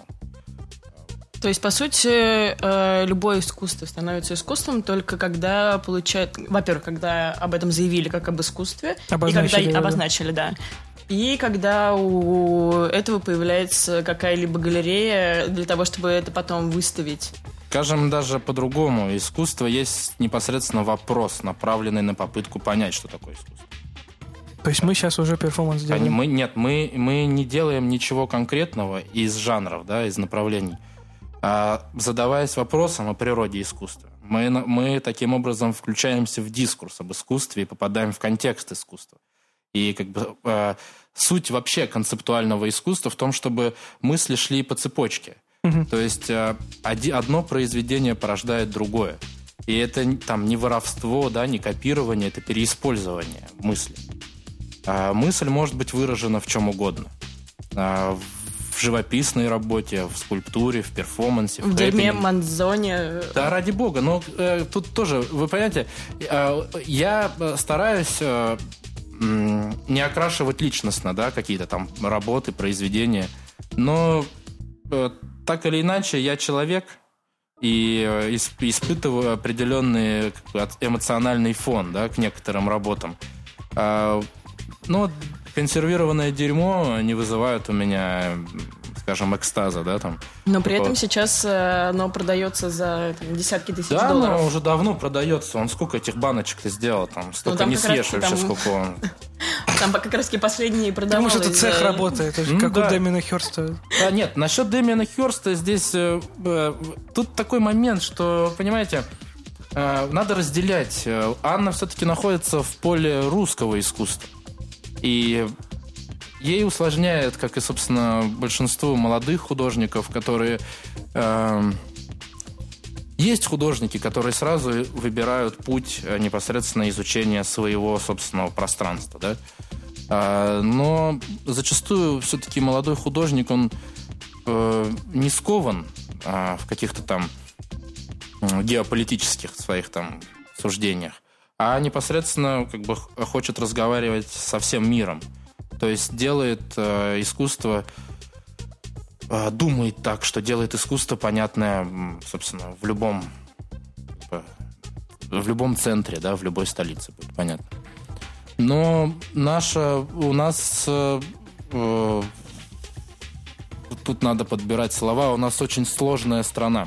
То есть, по сути, любое искусство становится искусством только когда получает... Во-первых, когда об этом заявили как об искусстве. Обозначили, да. И когда у этого появляется какая-либо галерея для того, чтобы это потом выставить. Скажем даже по-другому. Искусство есть непосредственно вопрос, направленный на попытку понять, что такое искусство. То есть мы сейчас уже перформанс делаем? Мы не делаем ничего конкретного из жанров, да, из направлений. А задаваясь вопросом о природе искусства, мы таким образом включаемся в дискурс об искусстве и попадаем в контекст искусства. И как бы суть вообще концептуального искусства в том, чтобы мысли шли по цепочке. То есть одно произведение порождает другое. И это там не воровство, да, не копирование, это переиспользование мысли. Мысль может быть выражена в чем угодно. В живописной работе, в скульптуре, в перформансе, в дерьме, манзоне. Да, ради бога. Но тут тоже, вы понимаете, я стараюсь не окрашивать личностно, да, какие-то там работы, произведения. Но так или иначе, я человек и испытываю определенный эмоциональный фон, да, к некоторым работам. Но консервированное дерьмо не вызывает у меня, скажем, экстаза, да, там. Но при этом сейчас оно продается за десятки тысяч долларов. Да, оно уже давно продается. Он сколько этих баночек ты сделал? Там столько не съешь вообще, сколько он... Там как раз-таки последние продавалось. Потому что это цех работает, как у Дэмиана Хёрста. Да, нет, насчет Дэмиана Хёрста здесь тут такой момент, что, понимаете, надо разделять. Анна все-таки находится в поле русского искусства. И ей усложняет, как и, собственно, большинству молодых художников, которые Есть художники, которые сразу выбирают путь непосредственно изучения своего собственного пространства, да? Но зачастую все-таки молодой художник, он не скован в каких-то там геополитических своих там суждениях, а непосредственно как бы хочет разговаривать со всем миром. То есть делает искусство, думает так, что делает искусство понятное, собственно, в любом центре, да, в любой столице будет понятно. Но у нас тут надо подбирать слова, у нас очень сложная страна.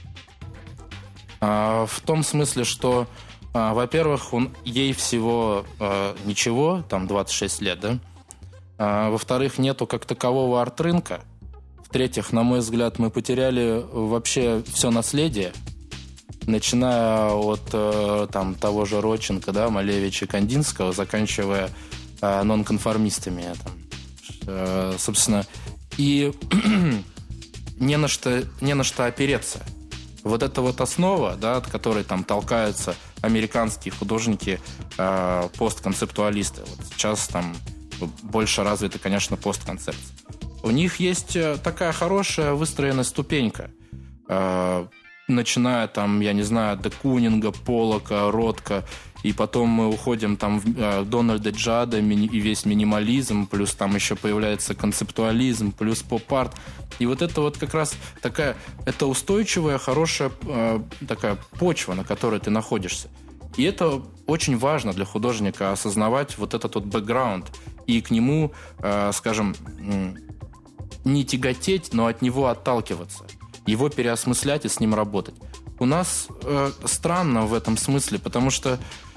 В том смысле, что, во-первых, ей всего ничего, там 26 лет, да? Во-вторых, нету как такового арт-рынка. В-третьих, на мой взгляд, мы потеряли вообще все наследие, начиная от там, того же Родченко, да, Малевича, Кандинского, заканчивая нонконформистами. Там, собственно, и не на что опереться. Вот эта вот основа, да, от которой там толкаются американские художники, постконцептуалисты. Вот сейчас там больше развита, конечно, постконцепция. У них есть такая хорошая выстроенная ступенька, начиная там, я не знаю, от де Кунинга, Поллока, Ротко, и потом мы уходим там в Дональда Джада и весь минимализм, плюс там еще появляется концептуализм, плюс поп-арт. И вот это вот как раз такая, это устойчивая, хорошая такая почва, на которой ты находишься. И это очень важно для художника, осознавать вот этот вот бэкграунд и к нему, скажем, не тяготеть, но от него отталкиваться, его переосмыслять и с ним работать. У нас странно в этом смысле, потому что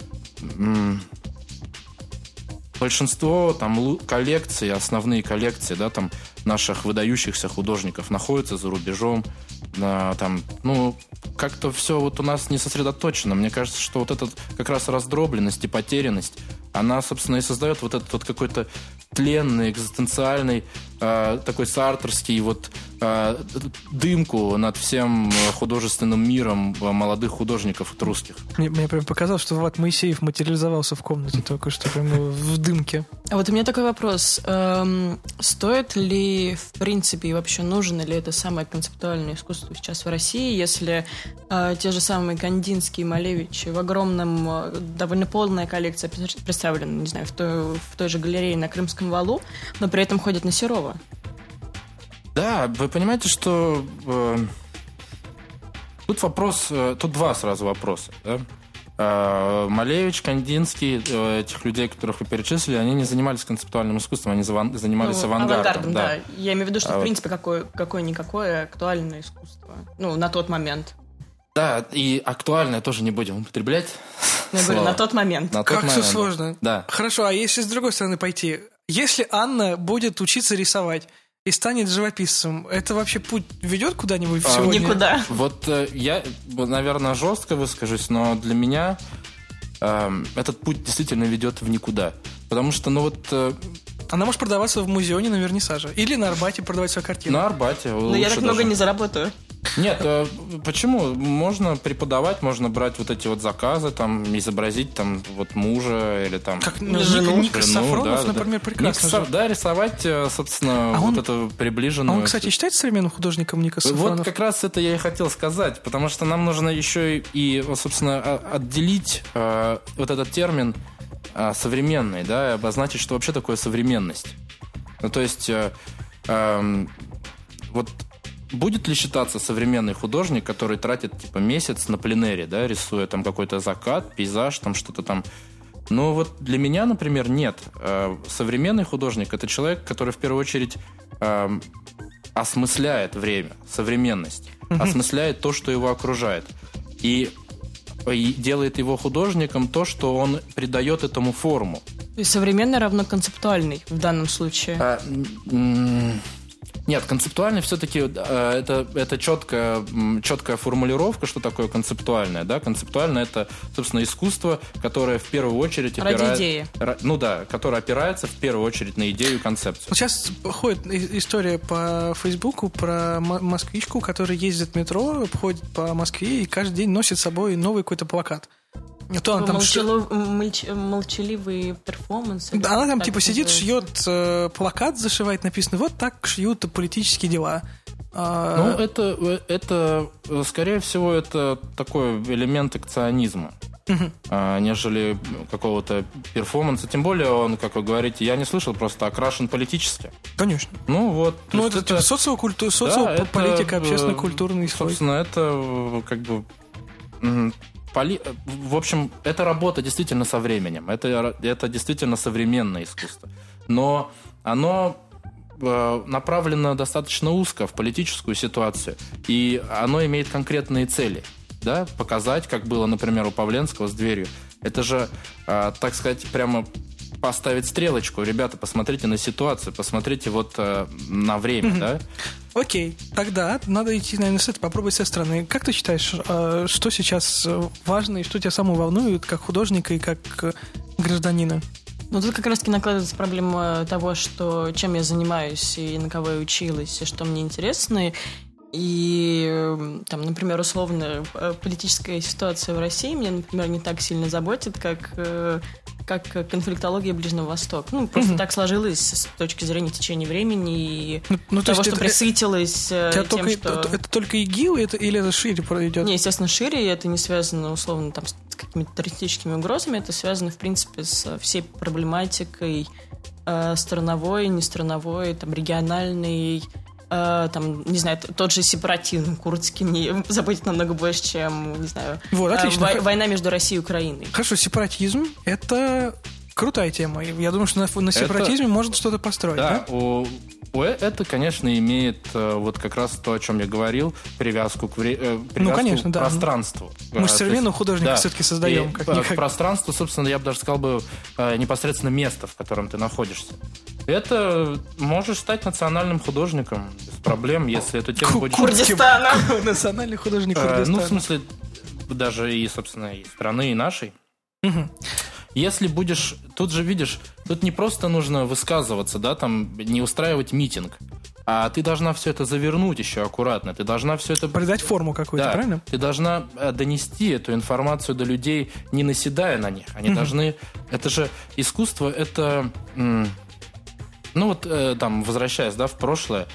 большинство там коллекций, основные коллекции, да, там наших выдающихся художников находятся за рубежом, там, ну, как-то все вот у нас не сосредоточено. Мне кажется, что вот эта как раз раздробленность и потерянность, она, собственно, и создает вот этот вот какой-то тленный, экзистенциальный, такой сартерский вот дымку над всем художественным миром молодых художников русских. Мне прям показалось, что Влад Моисеев материализовался в комнате только что, прям в дымке. А вот у меня такой вопрос. Стоит ли, в принципе, и вообще нужно ли это самое концептуальное искусство сейчас в России, если те же самые Кандинские, Малевичи в огромном, довольно полная коллекция представлена, не знаю, в той же галерее на Крымском валу, но при этом ходят на Серова? Да, вы понимаете, что тут два сразу вопроса. Да? Малевич, Кандинский, этих людей, которых вы перечислили, они не занимались концептуальным искусством, они занимались авангардом. Да. Я имею в виду, что в принципе какое-никакое актуальное искусство. Ну, на тот момент. Да, и актуальное тоже не будем употреблять. Я говорю, на тот момент. Как все сложно. Да. Хорошо, а если с другой стороны пойти? Если Анна будет учиться рисовать и станет живописцем, это вообще путь ведет куда-нибудь сегодня? Никуда. Вот я, наверное, жестко выскажусь, но для меня этот путь действительно ведет в никуда. Потому что, она может продаваться в музеоне на вернисаже. Или на Арбате продавать свою картину. На Арбате. Но я так много не заработаю. Нет, почему? Можно преподавать, можно брать вот эти вот заказы, там, изобразить там вот мужа или там... Как Никос Сафронов, например, прекрасно. Да, рисовать, собственно, эту приближенную... А он, кстати, считается современным художником Никос Сафронов? Вот как раз это я и хотел сказать, потому что нам нужно еще и, собственно, отделить вот этот термин современный, да, и обозначить, что вообще такое современность. Ну, то есть, вот... Будет ли считаться современный художник, который тратит типа месяц на пленэре, да, рисуя там какой-то закат, пейзаж, там что-то там? Ну вот для меня, например, нет. Современный художник — это человек, который в первую очередь осмысляет время, современность, осмысляет то, что его окружает. И делает его художником то, что он придает этому форму. То есть современный равно концептуальный в данном случае? Нет, концептуальный все-таки это четкая формулировка, что такое концептуальное. Да? Концептуальное — это, собственно, искусство, которое в первую очередь ради идеи. Которое опирается в первую очередь на идею и концепцию. Вот сейчас ходит история по Фейсбуку про москвичку, которая ездит в метро, ходит по Москве и каждый день носит с собой новый какой-то плакат. То она там молчаливый перформанс. Да, она там типа сидит, шьет плакат, зашивает, написано: вот так шьют политические дела. Ну, это, скорее всего, это такой элемент акционизма, нежели какого-то перформанса. Тем более он, как вы говорите, я не слышал, просто окрашен политически. Конечно. Ну, вот. Ну, это типа социополитика, общественно-культурный слой. Собственно, это как бы... В общем, это работа действительно со временем. Это действительно современное искусство. Но оно направлено достаточно узко в политическую ситуацию. И оно имеет конкретные цели. Да? Показать, как было, например, у Павленского с дверью. Это же, так сказать, прямо поставить стрелочку. Ребята, посмотрите на ситуацию, посмотрите вот на время, да? Окей, тогда надо идти, наверное, попробовать с этой стороны. Как ты считаешь, что сейчас важно и что тебя самое волнует как художника и как гражданина? Ну, тут как раз-таки накладывается проблема того, чем я занимаюсь и на кого я училась, и что мне интересно. И, там, например, условно, политическая ситуация в России меня, например, не так сильно заботит, как конфликтология Ближнего Востока. Ну, просто так сложилось с точки зрения течения времени и того, что присытилось тем, что... Это только ИГИЛ или это шире идет? Не, естественно, шире, и это не связано, условно, там, с какими-то террористическими угрозами, это связано, в принципе, с всей проблематикой страновой, нестрановой, там, региональной, там, не знаю, тот же сепаратизм курдский мне заботит намного больше, чем, не знаю, война между Россией и Украиной. Хорошо, сепаратизм — это крутая тема. Я думаю, что на сепаратизме можно что-то построить, да? Это, конечно, имеет вот как раз то, о чем я говорил, привязку к пространству. Мы же современного художника все-таки создаем. Пространство, собственно, я бы даже сказал бы, непосредственно место, в котором ты находишься. Это можешь стать национальным художником без проблем, если эту тему будешь... Курдистана! Национальный художник Курдистана. Ну, в смысле, даже и, собственно, и страны, и нашей. Если будешь... Тут же, видишь, тут не просто нужно высказываться, да, там, не устраивать митинг, а ты должна все это завернуть еще аккуратно. Ты должна все это... Придать форму какую-то, да, правильно? Ты должна донести эту информацию до людей, не наседая на них. Они должны... Это же искусство, это... Ну вот, там, возвращаясь, да, в прошлое,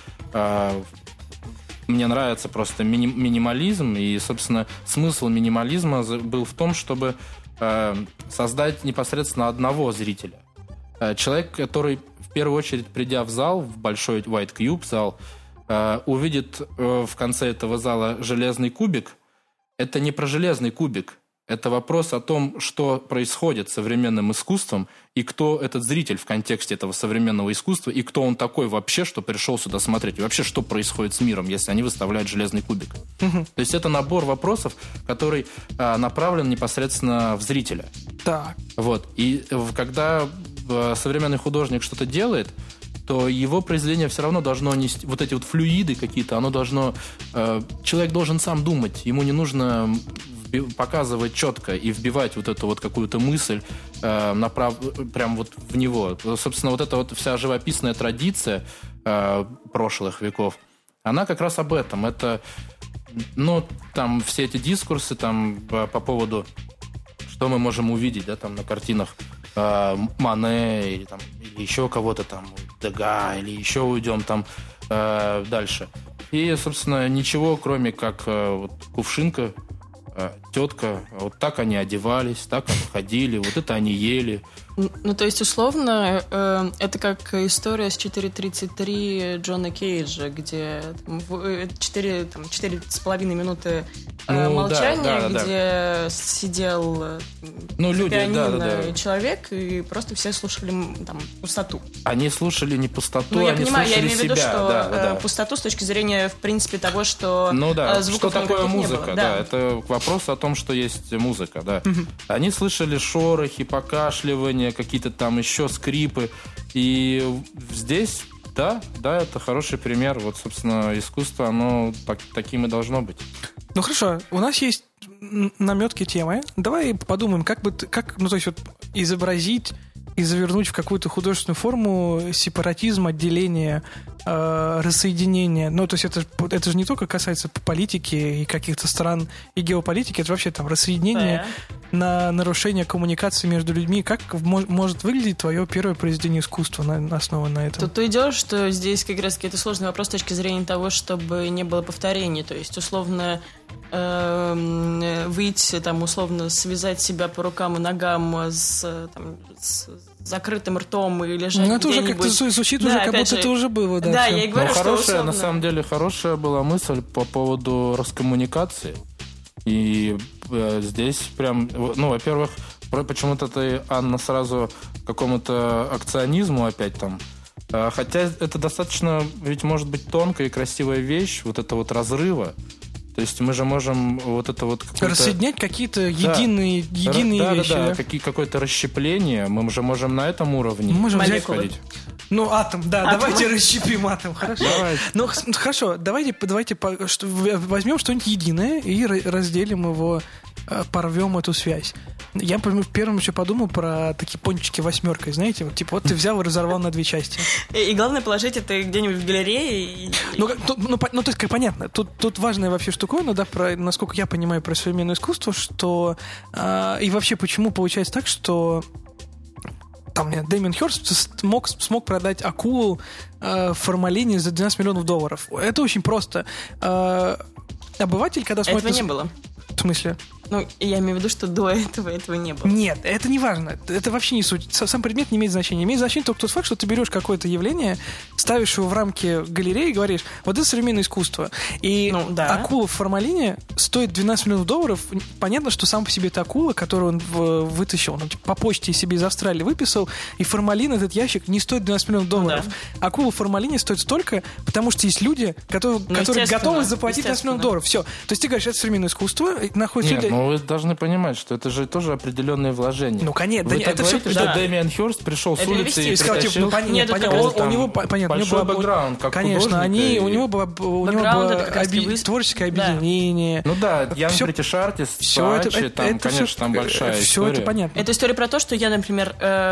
мне нравится просто минимализм, и, собственно, смысл минимализма был в том, чтобы создать непосредственно одного зрителя. Человек, который, в первую очередь, придя в зал, в большой White Cube зал, увидит в конце этого зала железный кубик. Это не про железный кубик. Это вопрос о том, что происходит с современным искусством, и кто этот зритель в контексте этого современного искусства, и кто он такой вообще, что пришел сюда смотреть, и вообще, что происходит с миром, если они выставляют железный кубик. То есть это набор вопросов, который направлен непосредственно в зрителя. Так. Вот. И когда современный художник что-то делает, то его произведение все равно должно нести вот эти вот флюиды какие-то, оно должно... Человек должен сам думать, ему не нужно показывать четко и вбивать вот эту вот какую-то мысль прям вот в него. Собственно, вот эта вот вся живописная традиция прошлых веков, она как раз об этом. Это, ну, там все эти дискурсы там по поводу, что мы можем увидеть, да, там на картинах Мане или еще кого-то там, Дега, или еще уйдем там дальше. И, собственно, ничего, кроме как вот кувшинка, тетка, вот так они одевались, так они ходили, вот это они ели. Ну, то есть, условно, это как история с 4.33 Джона Кейджа, где 4,5 минуты молчания, где сидел пианино человек, и просто все слушали там пустоту. Они слушали не пустоту, я они понимаю, слушали я имею в виду, себя. что пустоту с точки зрения, в принципе, того, что звуков что такое музыка, не было. Да, это вопрос о том, что есть музыка, да. Они слышали шорохи, покашливания, какие-то там еще скрипы, и здесь Да, это хороший пример. Вот, собственно, искусство, оно таким и должно быть. Ну хорошо, у нас есть наметки темы. Давай подумаем, как изобразить и завернуть в какую-то художественную форму сепаратизм, отделение, рассоединение. Ну, то есть это же не только касается политики и каких-то стран и геополитики, это вообще там рассоединение на нарушение коммуникации между людьми. Как может выглядеть твое первое произведение искусства основанное на этом? Тут то и дело, что здесь как раз это сложный вопрос с точки зрения того, чтобы не было повторений. То есть, условно, выйти, там, условно, связать себя по рукам и ногам с закрытым ртом и лежать где-нибудь. Ну, это уже как-то звучит уже, как будто это уже было. Да, я и говорю, что условно... На самом деле, хорошая была мысль по поводу раскоммуникации. И здесь прям, во-первых, почему-то ты, Анна, сразу к какому-то акционизму опять там. Хотя это достаточно, ведь может быть тонкая и красивая вещь, вот это вот разрыва. То есть мы же можем вот это вот... рассоединять какие-то единые вещи. Да, какое-то расщепление. Мы же можем на этом уровне. Мы можем взять... Ну, атом, да, давайте расщепим атом, хорошо. Давайте. Ну, хорошо, давайте возьмем что-нибудь единое и разделим его, порвем эту связь. Я первым еще подумал про такие пончики восьмеркой, знаете, вот ты взял и разорвал на две части. И главное положить это где-нибудь в галерее. То есть, как понятно, тут важная вообще штуковина, да, насколько я понимаю про современное искусство, что и вообще почему получается так, что там Дэмиан Хёрст смог продать акулу в формалине за $12 миллионов. Это очень просто. Обыватель, когда смотрит... Этого не было. В смысле? Ну, я имею в виду, что до этого не было. Нет, это не важно. Это вообще не суть. Сам предмет не имеет значения. Имеет значение только тот факт, что ты берешь какое-то явление, ставишь его в рамки галереи и говоришь, вот это современное искусство. И акула в формалине стоит $12 миллионов. Понятно, что сам по себе это акула, которую он вытащил, по почте себе из Австралии выписал, и формалин, этот ящик, не стоит $12 миллионов. Акула в формалине стоит столько, потому что есть люди, которые готовы заплатить $12 миллионов. Все. То есть ты говоришь, это современное искусство, находится люди... Но вы должны понимать, что это же тоже определенное вложение. Ну, конечно. Вы так говорите, что Дэмиан Хёрст пришел с улицы и притащил... У него, понятно, большой бэкграунд, как конечно, художника. У него было творческое объединение. Ну да, Young British Artist, там, конечно, там большая история. Все это понятно. Это история про то, что я, например,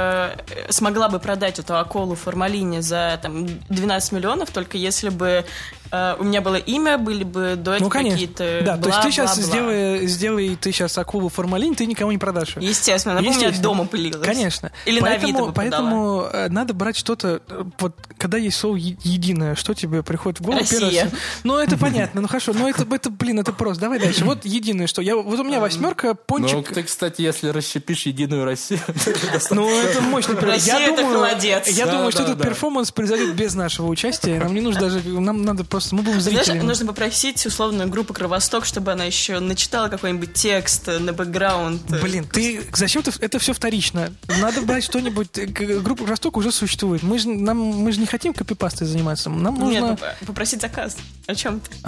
смогла бы продать эту акулу в формалине за $12 миллионов, только если бы у меня было имя, были бы до этого какие-то... Да, то есть ты сейчас сделай ты сейчас акулу в формалине, ты никому не продашь. Естественно, она у меня дома пылилась. Конечно. Или на Авито бы Поэтому надо брать что-то, вот когда есть слово «единое», что тебе приходит в голову? Россия. Ну, это понятно, ну хорошо, но это просто. Давай дальше. Вот единое, что вот у меня восьмерка, пончик... Ну, ты, кстати, если расщепишь единую Россию... Ну, это мощно. Россия — это холодец. Я думаю, что этот перформанс произойдет без нашего участия. Нам не нужно даже... Нам надо просто... Мы будем зрителями. Знаешь, нужно попросить, условно, группу «Кровосток», чтобы она еще начитала какой-нибудь текст на бэкграунд. Блин, зачем это все вторично? Надо брать что-нибудь. Группа «Кровосток» уже существует. Мы же не хотим копипастой заниматься. Нам нужно... Нет, попросить заказ. О чем ты?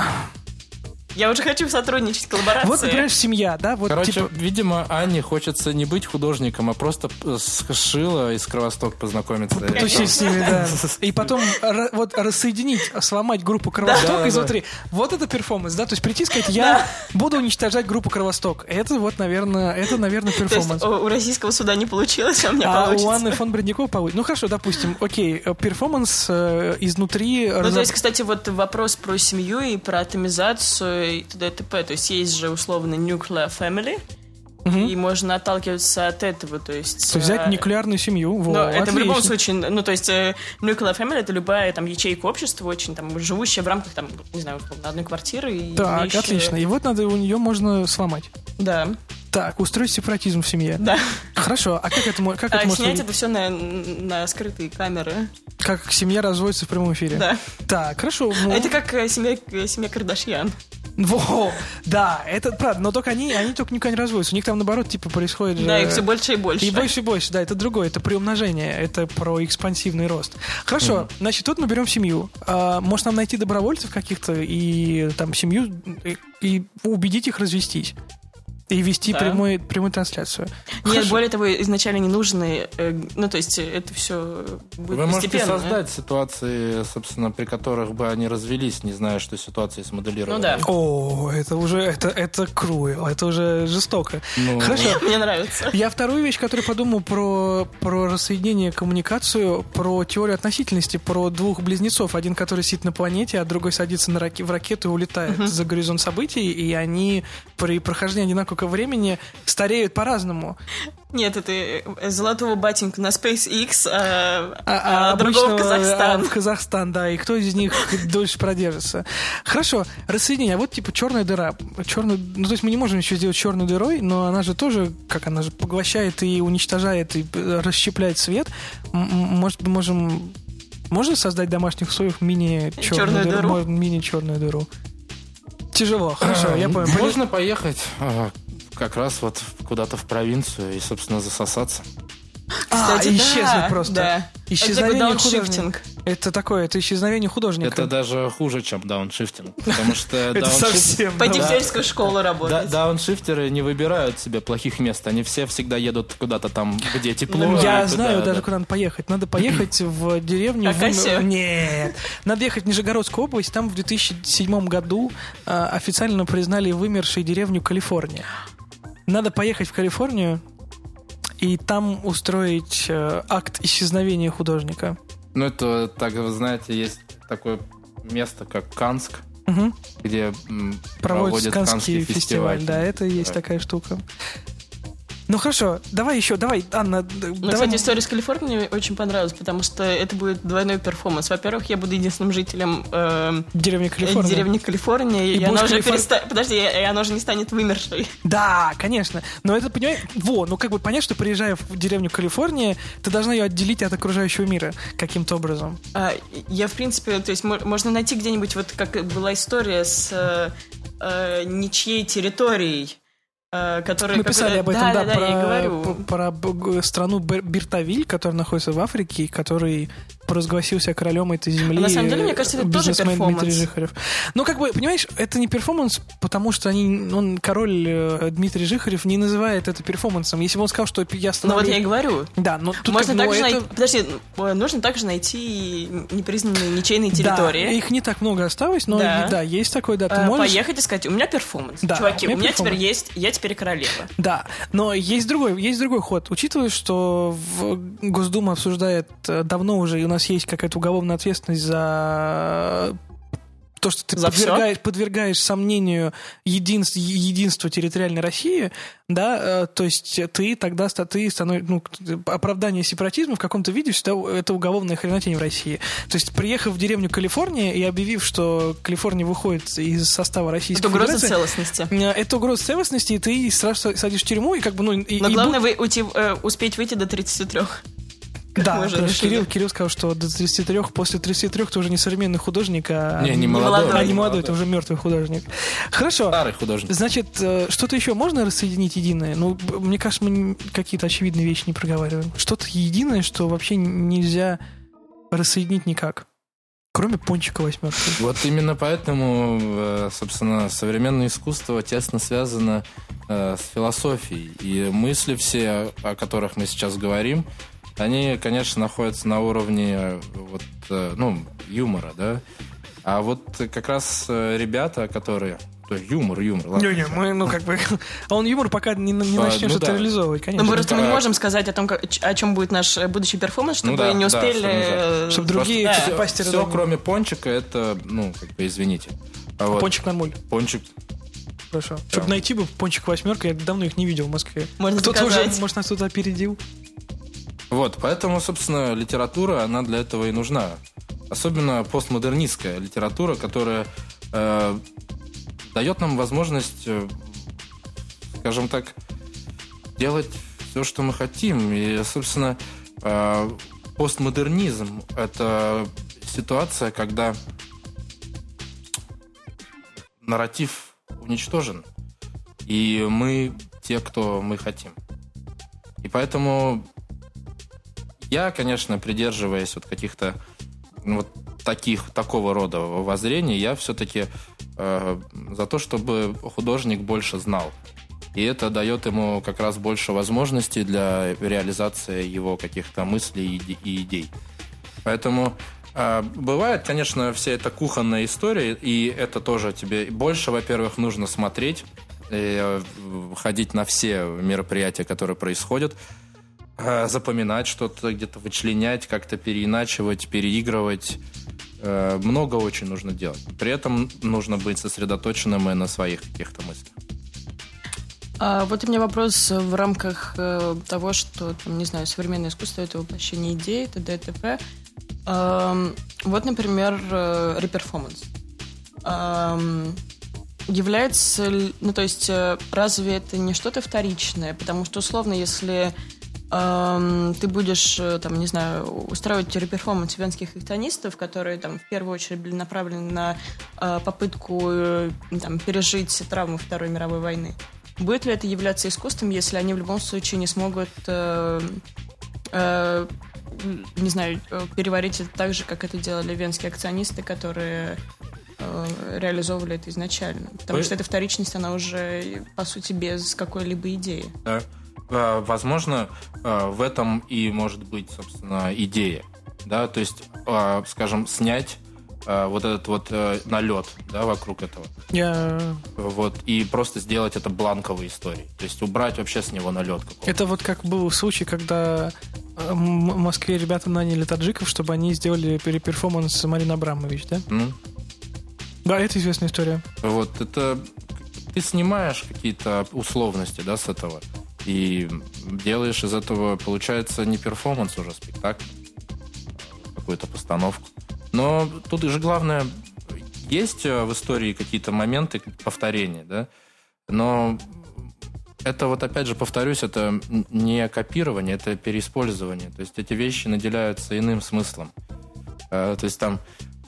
Я уже хочу сотрудничать, коллаборации. Вот, например, семья, да? Вот, короче, видимо, Анне хочется не быть художником, а просто с Шила и с Кровосток познакомиться. Тусить с ними, да. И потом вот рассоединить, сломать группу Кровосток изнутри. Вот это перформанс, да? То есть прийти и сказать, я буду уничтожать группу Кровосток. Это вот, наверное, перформанс. То есть у российского суда не получилось, а у меня получится. А у Анны фон Бродникова получится. Ну хорошо, допустим, окей, перформанс изнутри... Ну, то есть, кстати, вот вопрос про семью и про атомизацию и т.д. и т.п. То есть есть же условно nuclear family, и можно отталкиваться от этого. То есть взять нуклеарную семью. Но это в любом случае, ну то есть nuclear family — это любая там ячейка общества, очень там живущая в рамках там, не знаю, одной квартиры. Так, отлично. И вот у нее можно сломать. Да. Так, устроить сепаратизм в семье. Да. Хорошо, а как это можно... Снять это все на скрытые камеры. Как семья разводится в прямом эфире. Да. Так, хорошо. Это как семья Кардашьян. Во, да, это правда, но только они только никогда не разводятся. У них там, наоборот, происходит... Да, их все больше и больше. И больше и больше, да, это другое, это приумножение, это про экспансивный рост. Хорошо, значит, тут мы берем семью. Может, нам найти добровольцев каких-то и там семью, и убедить их развестись? И вести прямую трансляцию. Нет, Хорошо. более того, изначально не нужны. То есть это все будет Вы можете постепенно. создать ситуации, собственно, при которых бы они развелись, не зная, что ситуация смоделирована. Ну да. О, это уже, это круэль, это уже жестоко. Ну, Хорошо. Мне нравится. Я вторую вещь, которую подумал про рассоединение, коммуникацию, про теорию относительности, про двух близнецов. Один, который сидит на планете, а другой садится в ракету и улетает за горизонт событий, и они при прохождении одинакового времени стареют по-разному. Нет, это золотого батеньку на SpaceX, а другого в обычного, Казахстан. в Казахстан, да, и кто из них дольше продержится. Хорошо, рассоединение. А вот типа черная дыра. Ну, то есть мы не можем еще сделать черной дырой, но она же тоже, она же поглощает и уничтожает, и расщепляет свет. Может, можно создать в домашних условиях мини-черную дыру? Мини-черную дыру. Тяжело, хорошо, я понял. Можно поехать как раз вот куда-то в провинцию и, собственно, засосаться. Кстати, исчезнуть просто. Да. Исчезновение Это художника. Это исчезновение художника. Это даже хуже, чем дауншифтинг. Потому что Это совсем... Пойти в сельскую школу работать. дауншифтеры не выбирают себе плохих мест. Они все всегда едут куда-то там, где тепло. Я знаю даже, куда надо поехать. Надо поехать в деревню... Акасию? Нет. Надо ехать в Нижегородскую область. Там в 2007 году официально признали вымершей деревню Калифорния. Надо поехать в Калифорнию и там устроить акт исчезновения художника. Ну, это, так вы знаете, есть такое место, как Канск, где проводят Каннский фестиваль. Да, это и есть такая штука. Ну хорошо, давай, Анна. Кстати, история с Калифорнией мне очень понравилась, потому что это будет двойной перформанс. Во-первых, я буду единственным жителем деревни Калифорния. И она уже Подожди, и она уже не станет вымершей. Да, конечно. Но это, понимаешь, понять, что приезжая в деревню Калифорния, ты должна ее отделить от окружающего мира каким-то образом. Я, в принципе, то есть можно найти где-нибудь, вот как была история с ничьей территорией, мы писали об этом, про страну Бертавиль, которая находится в Африке, который провозгласился королем этой земли. На самом деле, мне кажется, это тоже перформанс. Дмитрий Жихарев. Ну, понимаешь, это не перформанс, потому что король Дмитрий Жихарев не называет это перформансом. Если бы он сказал, что я становлюсь... Ну, вот я и говорю. Да, но тут можно также найти... Подожди, нужно также найти непризнанные ничейные территории. Да, их не так много осталось, но да, есть такой, да. Ты можешь... Поехать и сказать, у меня перформанс. Да, чуваки, у меня теперь есть, я теперь королева. Да, но есть другой ход. Учитывая, что Госдума обсуждает давно уже, и у нас есть какая-то уголовная ответственность за то, что ты подвергаешь сомнению единства территориальной России, да, то есть ты тогда становишься, оправдание сепаратизма в каком-то виде всегда это уголовная хренотень в России. То есть, приехав в деревню Калифорния и объявив, что Калифорния выходит из состава Российской Федерации... Это угроза целостности. Это угроза целостности, и ты сразу садишь в тюрьму, и Но главное успеть выйти до 33. Да, Кирилл сказал, что до 33, после 33 ты уже не современный художник, не молодой. Не молодой, ты уже мертвый художник. Хорошо. Старый художник. Значит, что-то еще можно рассоединить единое? Мне кажется, мы какие-то очевидные вещи не проговариваем. Что-то единое, что вообще нельзя рассоединить никак. Кроме пончика восьмерки. Вот именно поэтому, собственно, современное искусство тесно связано с философией. И мысли все, о которых мы сейчас говорим, они, конечно, находятся на уровне юмора, да. А вот как раз ребята, которые... То есть юмор, ладно. Он юмор пока не начнешь это реализовывать, конечно. Мы просто не можем сказать о чем будет наш будущий перформанс, чтобы не успели... Чтобы другие пастеры... Все, кроме пончика, это, извините. Пончик нормуль. Пончик... Хорошо. Чтобы найти бы пончик восьмерка, я давно их не видел в Москве. Кто-то уже, может, нас кто-то опередил. Вот, поэтому, собственно, литература, она для этого и нужна. Особенно постмодернистская литература, которая дает нам возможность, скажем так, делать все, что мы хотим. И, собственно, постмодернизм – это ситуация, когда нарратив уничтожен, и мы те, кто мы хотим. И поэтому... Я, конечно, придерживаясь каких-то такого рода воззрений, я все-таки за то, чтобы художник больше знал. И это дает ему как раз больше возможностей для реализации его каких-то мыслей и идей. Поэтому бывает, конечно, вся эта кухонная история, и это тоже тебе больше, во-первых, нужно смотреть, ходить на все мероприятия, которые происходят, запоминать что-то, где-то вычленять, как-то переиначивать, переигрывать. Много очень нужно делать. При этом нужно быть сосредоточенным и на своих каких-то мыслях. Вот у меня вопрос в рамках того, что, не знаю, современное искусство — это воплощение идей, т.д. и т.п. Вот, например, реперформанс. Является... Ну, то есть, разве это не что-то вторичное? Потому что, условно, если ты будешь, там, не знаю, устраивать реперформанс венских хтонистов, которые, там, в первую очередь были направлены на попытку, там, пережить травму Второй мировой войны, будет ли это являться искусством, если они в любом случае не смогут, не знаю, переварить это так же, как это делали венские акционисты, которые реализовывали это изначально? Потому что эта вторичность, она уже, по сути, без какой-либо идеи. Да. Возможно, в этом и может быть, собственно, идея. Да? То есть, скажем, снять вот этот вот налет, да, вокруг этого. Вот, и просто сделать это бланковой историей. То есть убрать вообще с него налет какой-то. Это вот как был случай, когда в Москве ребята наняли таджиков, чтобы они сделали перформанс Марины Абрамович, да? Да, это известная история. Вот, это... Ты снимаешь какие-то условности, да, с этого, и делаешь из этого, получается, не перформанс уже, спектакль, какую-то постановку. Но тут же главное, есть в истории какие-то моменты повторения, да, но это вот, опять же, повторюсь, это не копирование, это переиспользование. То есть эти вещи наделяются иным смыслом. То есть там,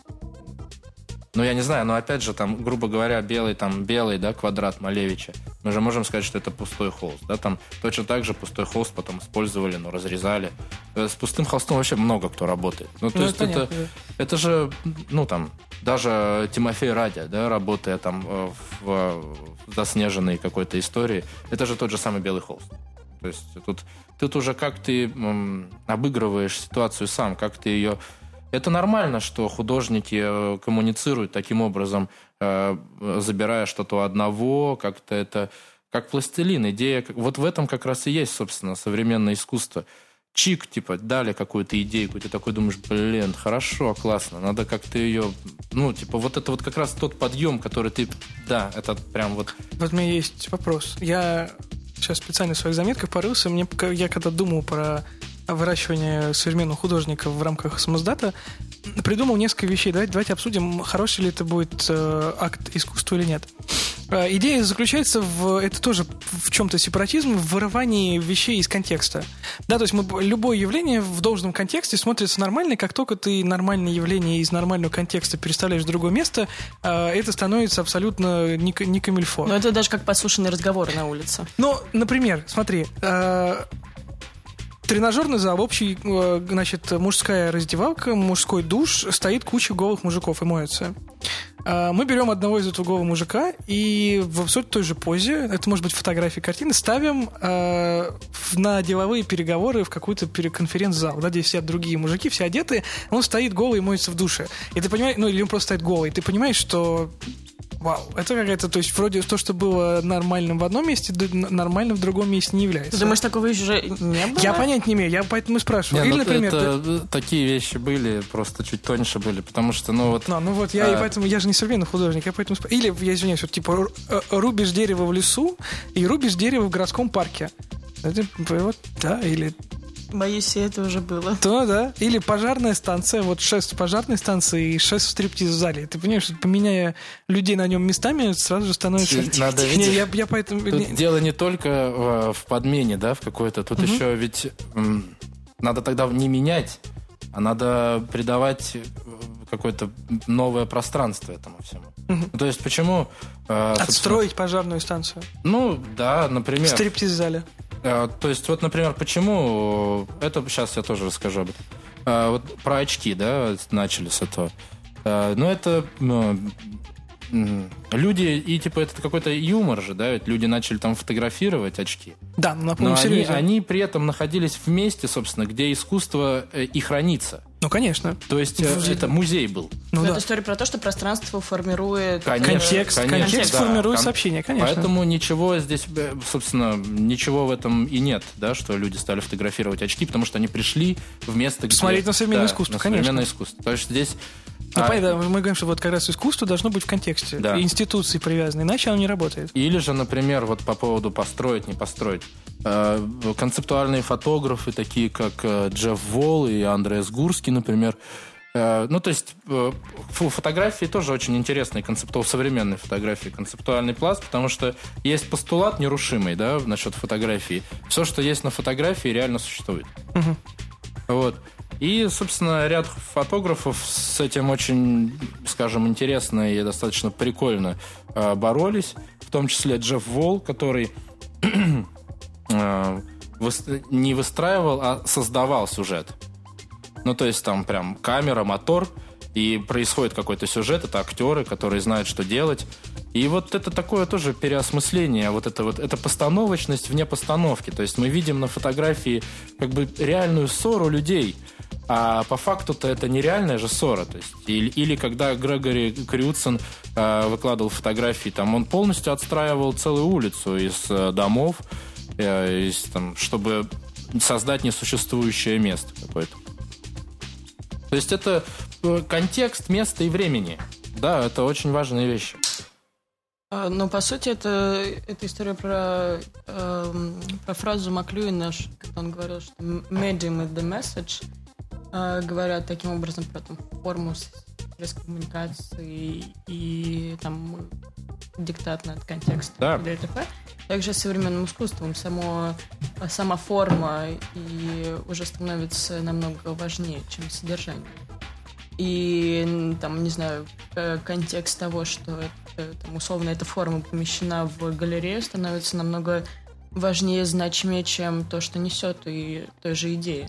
ну, я не знаю, но опять же, там, грубо говоря, белый, да, квадрат Малевича, мы же можем сказать, что это пустой холст, да, там точно так же пустой холст потом использовали, но разрезали. С пустым холстом вообще много кто работает. Ну, то есть это же, ну, там, даже Тимофей Радя, да, работая там в заснеженной какой-то истории, это же тот же самый белый холст. То есть тут уже как ты обыгрываешь ситуацию сам, как ты ее... Это нормально, что художники коммуницируют таким образом, забирая что-то у одного, как-то это... Как пластилин, идея... Вот в этом как раз и есть, собственно, современное искусство. Чик, типа, дали какую-то идейку, ты такой думаешь, блин, хорошо, классно, надо как-то ее... Ну, типа, вот это вот как раз тот подъем, который ты... Да, это прям вот... Вот у меня есть вопрос. Я сейчас специально в своих заметках порылся. Я когда думал про выращивание современного художника в рамках самоздата, придумал несколько вещей. Давайте обсудим, хороший ли это будет акт искусства или нет. Идея заключается это тоже в чем-то сепаратизм, в вырывании вещей из контекста. Да, то есть любое явление в должном контексте смотрится нормально, как только ты нормальное явление из нормального контекста переставляешь в другое место, это становится абсолютно не камильфо. Но это даже как подслушанные разговоры на улице. Ну, например, смотри, тренажерный зал, общий, значит, мужская раздевалка, мужской душ, стоит куча голых мужиков и моются. Мы берем одного из этого голого мужика и в абсолютно той же позе, это может быть фотография, картины, ставим на деловые переговоры в какой-то конференц-зал, да, где сидят другие мужики, все одетые, он стоит голый и моется в душе. И ты понимаешь, ну или он просто стоит голый, и ты понимаешь, что вау, это какая-то, то есть вроде то, что было нормальным в одном месте, нормальным в другом месте не является. Ты думаешь, такого уже не было? Я понять не имею, я поэтому и спрашиваю. Или, например... такие вещи были, просто чуть тоньше были, потому что, ну вот... И поэтому я же не современный художник, я поэтому... Или, я извиняюсь, вот типа рубишь дерево в лесу и рубишь дерево в городском парке. Это, вот, да, или... Боюсь, это уже было. То, да. Или пожарная станция, вот шест в пожарной станции и шест в стриптиз-зале. Ты понимаешь, что поменяя людей на нем местами, сразу же становится... Надо видеть. Я поэтому... Тут дело не только в подмене, да, в какой-то. Тут еще ведь надо тогда не менять, а надо придавать какое-то новое пространство этому всему. То есть почему... Отстроить пожарную станцию. Ну, да, например... В стриптиз-зале. То есть, вот, например, почему... Это сейчас я тоже расскажу об этом. Вот про очки, да, начали с этого. Ну, это люди, и типа это какой-то юмор же, да, ведь люди начали там фотографировать очки. Да, на Но полном серьезе. они при этом находились в месте, собственно, где искусство и хранится. Ну, конечно. То есть это музей был. Ну, Это да. история про то, что пространство формирует... Контекст да. формирует сообщение, конечно. Поэтому ничего здесь, собственно, ничего в этом и нет, да, что люди стали фотографировать очки, потому что они пришли в место, где... Смотреть на современное искусство, на конечно. современное искусство. То есть здесь... Ну, понятно, мы говорим, что вот как раз искусство должно быть в контексте, Да. институции привязаны, иначе оно не работает. Или же, например, вот по поводу построить, не построить. Концептуальные фотографы, такие как Джефф Волл и Андреас Гурский, например. Ну, то есть фотографии тоже очень интересные, современной фотографии, концептуальный пласт, потому что есть постулат нерушимый, да, насчет фотографии. Все, что есть на фотографии, реально существует. Угу. Вот. И, собственно, ряд фотографов с этим очень, скажем, интересно и достаточно прикольно боролись. В том числе Джефф Волл, который не выстраивал, а создавал сюжет. Ну, то есть там прям камера, мотор, и происходит какой-то сюжет, это актеры, которые знают, что делать. И вот это такое тоже переосмысление, это постановочность вне постановки. То есть мы видим на фотографии как бы реальную ссору людей, а по факту-то это нереальная же ссора. То есть, или когда Грегори Крюдсон выкладывал фотографии, там он полностью отстраивал целую улицу из домов, чтобы создать несуществующее место какое-то. То есть это контекст, место и времени. Да, это очень важные вещи. Но, по сути, это история про фразу Маклюина, когда он говорил, что medium is the message, говорят таким образом про форму средств коммуникации и там диктат над контекстом. Да. Также с современным искусством сама форма и уже становится намного важнее, чем содержание. И там, не знаю, контекст того, что там, условно эта форма помещена в галерею, становится намного важнее, значимее, чем то, что несет и той же идеи.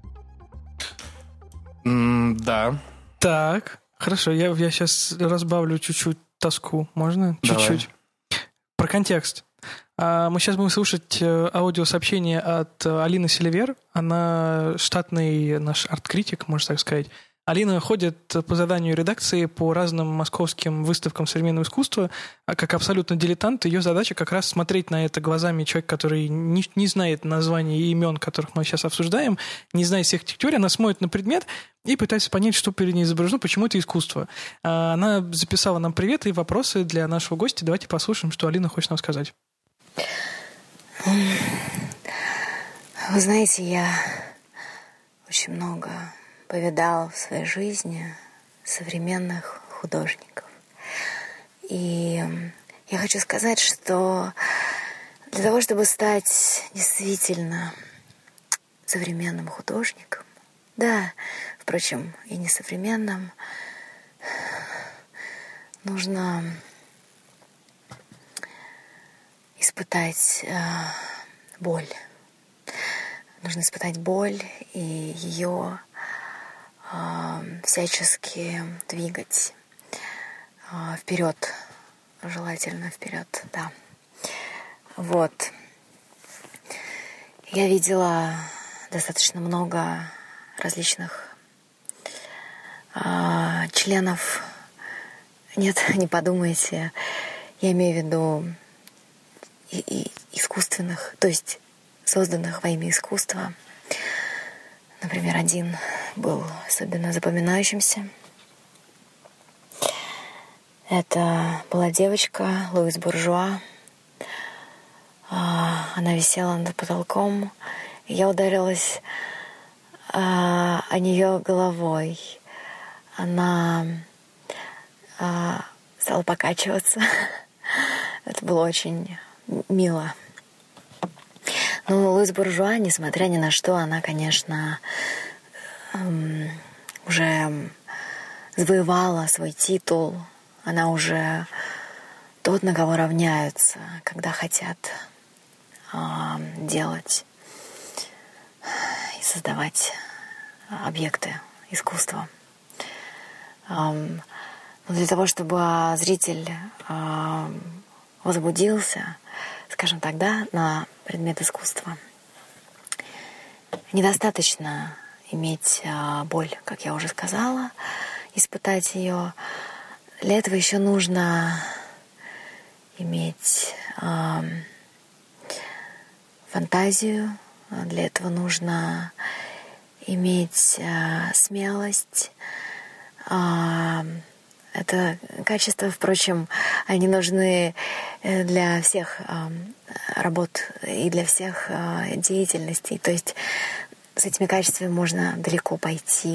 Да. Так, хорошо, я сейчас разбавлю чуть-чуть тоску. Можно? Чуть-чуть. Про контекст. Мы сейчас будем слушать аудиосообщение от Алины Селивер. Она штатный наш арт-критик, можно так сказать. Алина ходит по заданию редакции по разным московским выставкам современного искусства, а как абсолютно дилетант. Ее задача как раз смотреть на это глазами человека, который не знает названий и имен, которых мы сейчас обсуждаем, не знает всех этих теорий. Она смотрит на предмет и пытается понять, что перед ней изображено, почему это искусство. Она записала нам привет и вопросы для нашего гостя. Давайте послушаем, что Алина хочет нам сказать. Вы знаете, я очень много повидал в своей жизни современных художников. И я хочу сказать, что для того, чтобы стать действительно современным художником, да, впрочем, и не современным, нужно испытать боль. Нужно испытать боль и ее всячески двигать вперед, желательно вперед, да. Вот. Я видела достаточно много различных членов. Нет, не подумайте. Я имею в виду и искусственных, то есть созданных во имя искусства. Например, один был особенно запоминающимся. Это была девочка Луиз Буржуа. Она висела над потолком. Я ударилась о нее головой. Она стала покачиваться. Это было очень мило. Но Луиз Буржуа, несмотря ни на что, она, конечно, уже завоевала свой титул. Она уже тот, на кого равняются, когда хотят делать и создавать объекты искусства. Но для того, чтобы зритель возбудился, скажем так, да, на предмет искусства, недостаточно иметь боль, как я уже сказала, испытать ее. Для этого еще нужно иметь фантазию, для этого нужно иметь смелость. Это качества, впрочем, они нужны для всех работ и для всех деятельностей. То есть с этими качествами можно далеко пойти.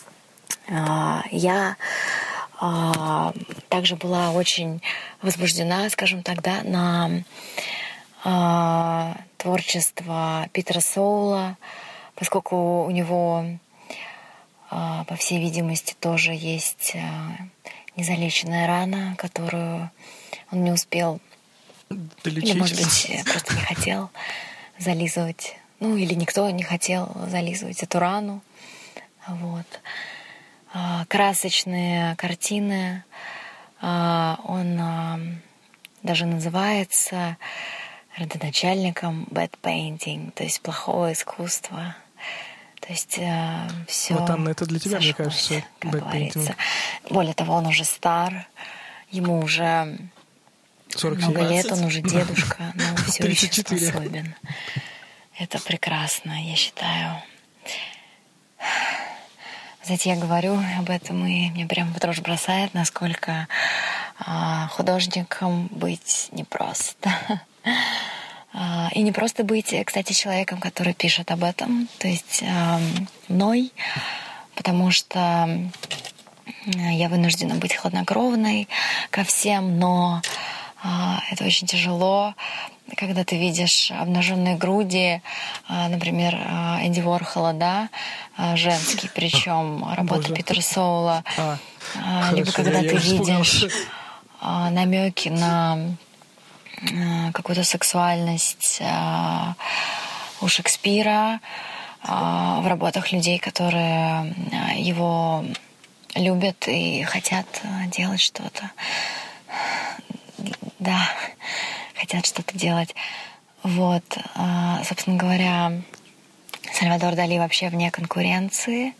Я также была очень возбуждена, скажем так, да, на творчество Питера Соула, поскольку у него, по всей видимости, тоже есть незалеченная рана, которую он не успел, долечить. или, может быть, просто не хотел зализывать. Ну, или никто не хотел зализывать эту рану. Вот. Красочные картины. Он даже называется родоначальником bad painting, то есть плохого искусства. То есть все. Вот, Анна, это для тебя, мне кажется, как говорится. Более того, он уже стар, ему уже 47. много лет, он уже дедушка, но все еще 34. способен. Это прекрасно, я считаю. Знаете, я говорю об этом, и мне прям в дрожь бросает, насколько художником быть непросто. И не просто быть, кстати, человеком, который пишет об этом, то есть мной, потому что я вынуждена быть хладнокровной ко всем, но это очень тяжело, когда ты видишь обнаженные груди, например, Энди Уорхола, да, женский, причем работа Питера Соула, либо когда ты видишь намеки на какую-то сексуальность у Шекспира в работах людей, которые его любят и хотят делать что-то. Да, хотят что-то делать. Вот, собственно говоря, Сальвадор Дали вообще вне конкуренции.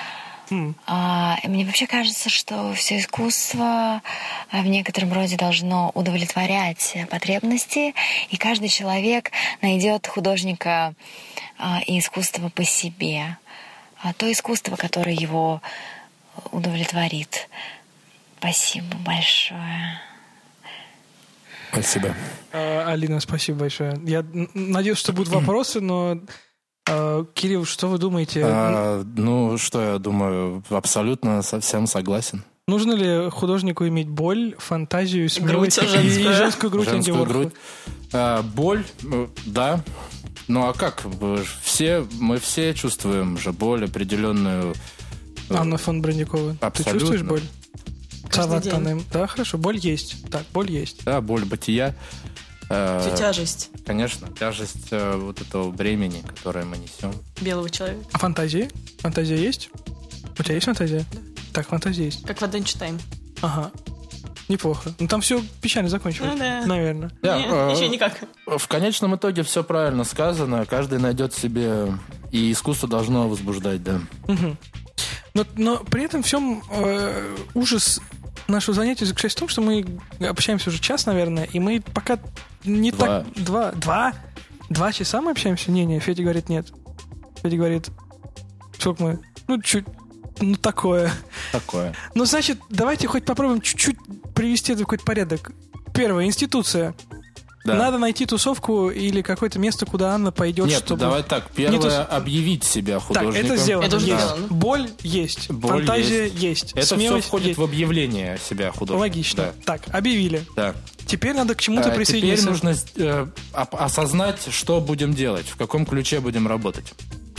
Мне вообще кажется, что все искусство в некотором роде должно удовлетворять потребности, и каждый человек найдет художника и искусство по себе. То искусство, которое его удовлетворит. Спасибо большое. Спасибо. Алина, спасибо большое. Я надеюсь, что будут вопросы, но Кирилл, что вы думаете? Ну, что я думаю, абсолютно совсем согласен. Нужно ли художнику иметь боль, фантазию, смелость и женскую грудь Энди Уорхола? Боль, да. Ну а как? Мы все чувствуем же боль определенную. Анна фон Брандякова, ты чувствуешь боль? Да, хорошо, боль есть. Так, боль есть. Да, боль бытия. Тяжесть. Конечно, тяжесть вот этого бремени, которое мы несем. Белого человека. А фантазии? Фантазия есть? У тебя есть фантазия? Да. Так, фантазия есть. Как в Adventure Time. Ага. Неплохо. Ну там все печально закончилось. Ну, да. Наверное. Нет, еще никак. В конечном итоге все правильно сказано. Каждый найдет себе... И искусство должно возбуждать, да. Угу. Но при этом всем ужас нашего занятия заключается в том, что мы общаемся уже час, наверное, и мы пока не так... Два часа мы общаемся? Не, Федя говорит нет. Федя говорит, сколько мы... чуть... такое. Ну, значит, давайте хоть попробуем чуть-чуть привести это в какой-то порядок. Первое, институция. Да. Надо найти тусовку или какое-то место, куда Анна пойдет, Нет, чтобы... давай так. Первое, объявить себя художником. Так, это сделано. Это уже есть. сделано. Боль есть. Фантазия есть. Это Смелость все входит есть. в объявление себя художником. Логично. Да. Так, объявили. Да. Теперь надо к чему-то присоединиться. Теперь нужно осознать, что будем делать, в каком ключе будем работать.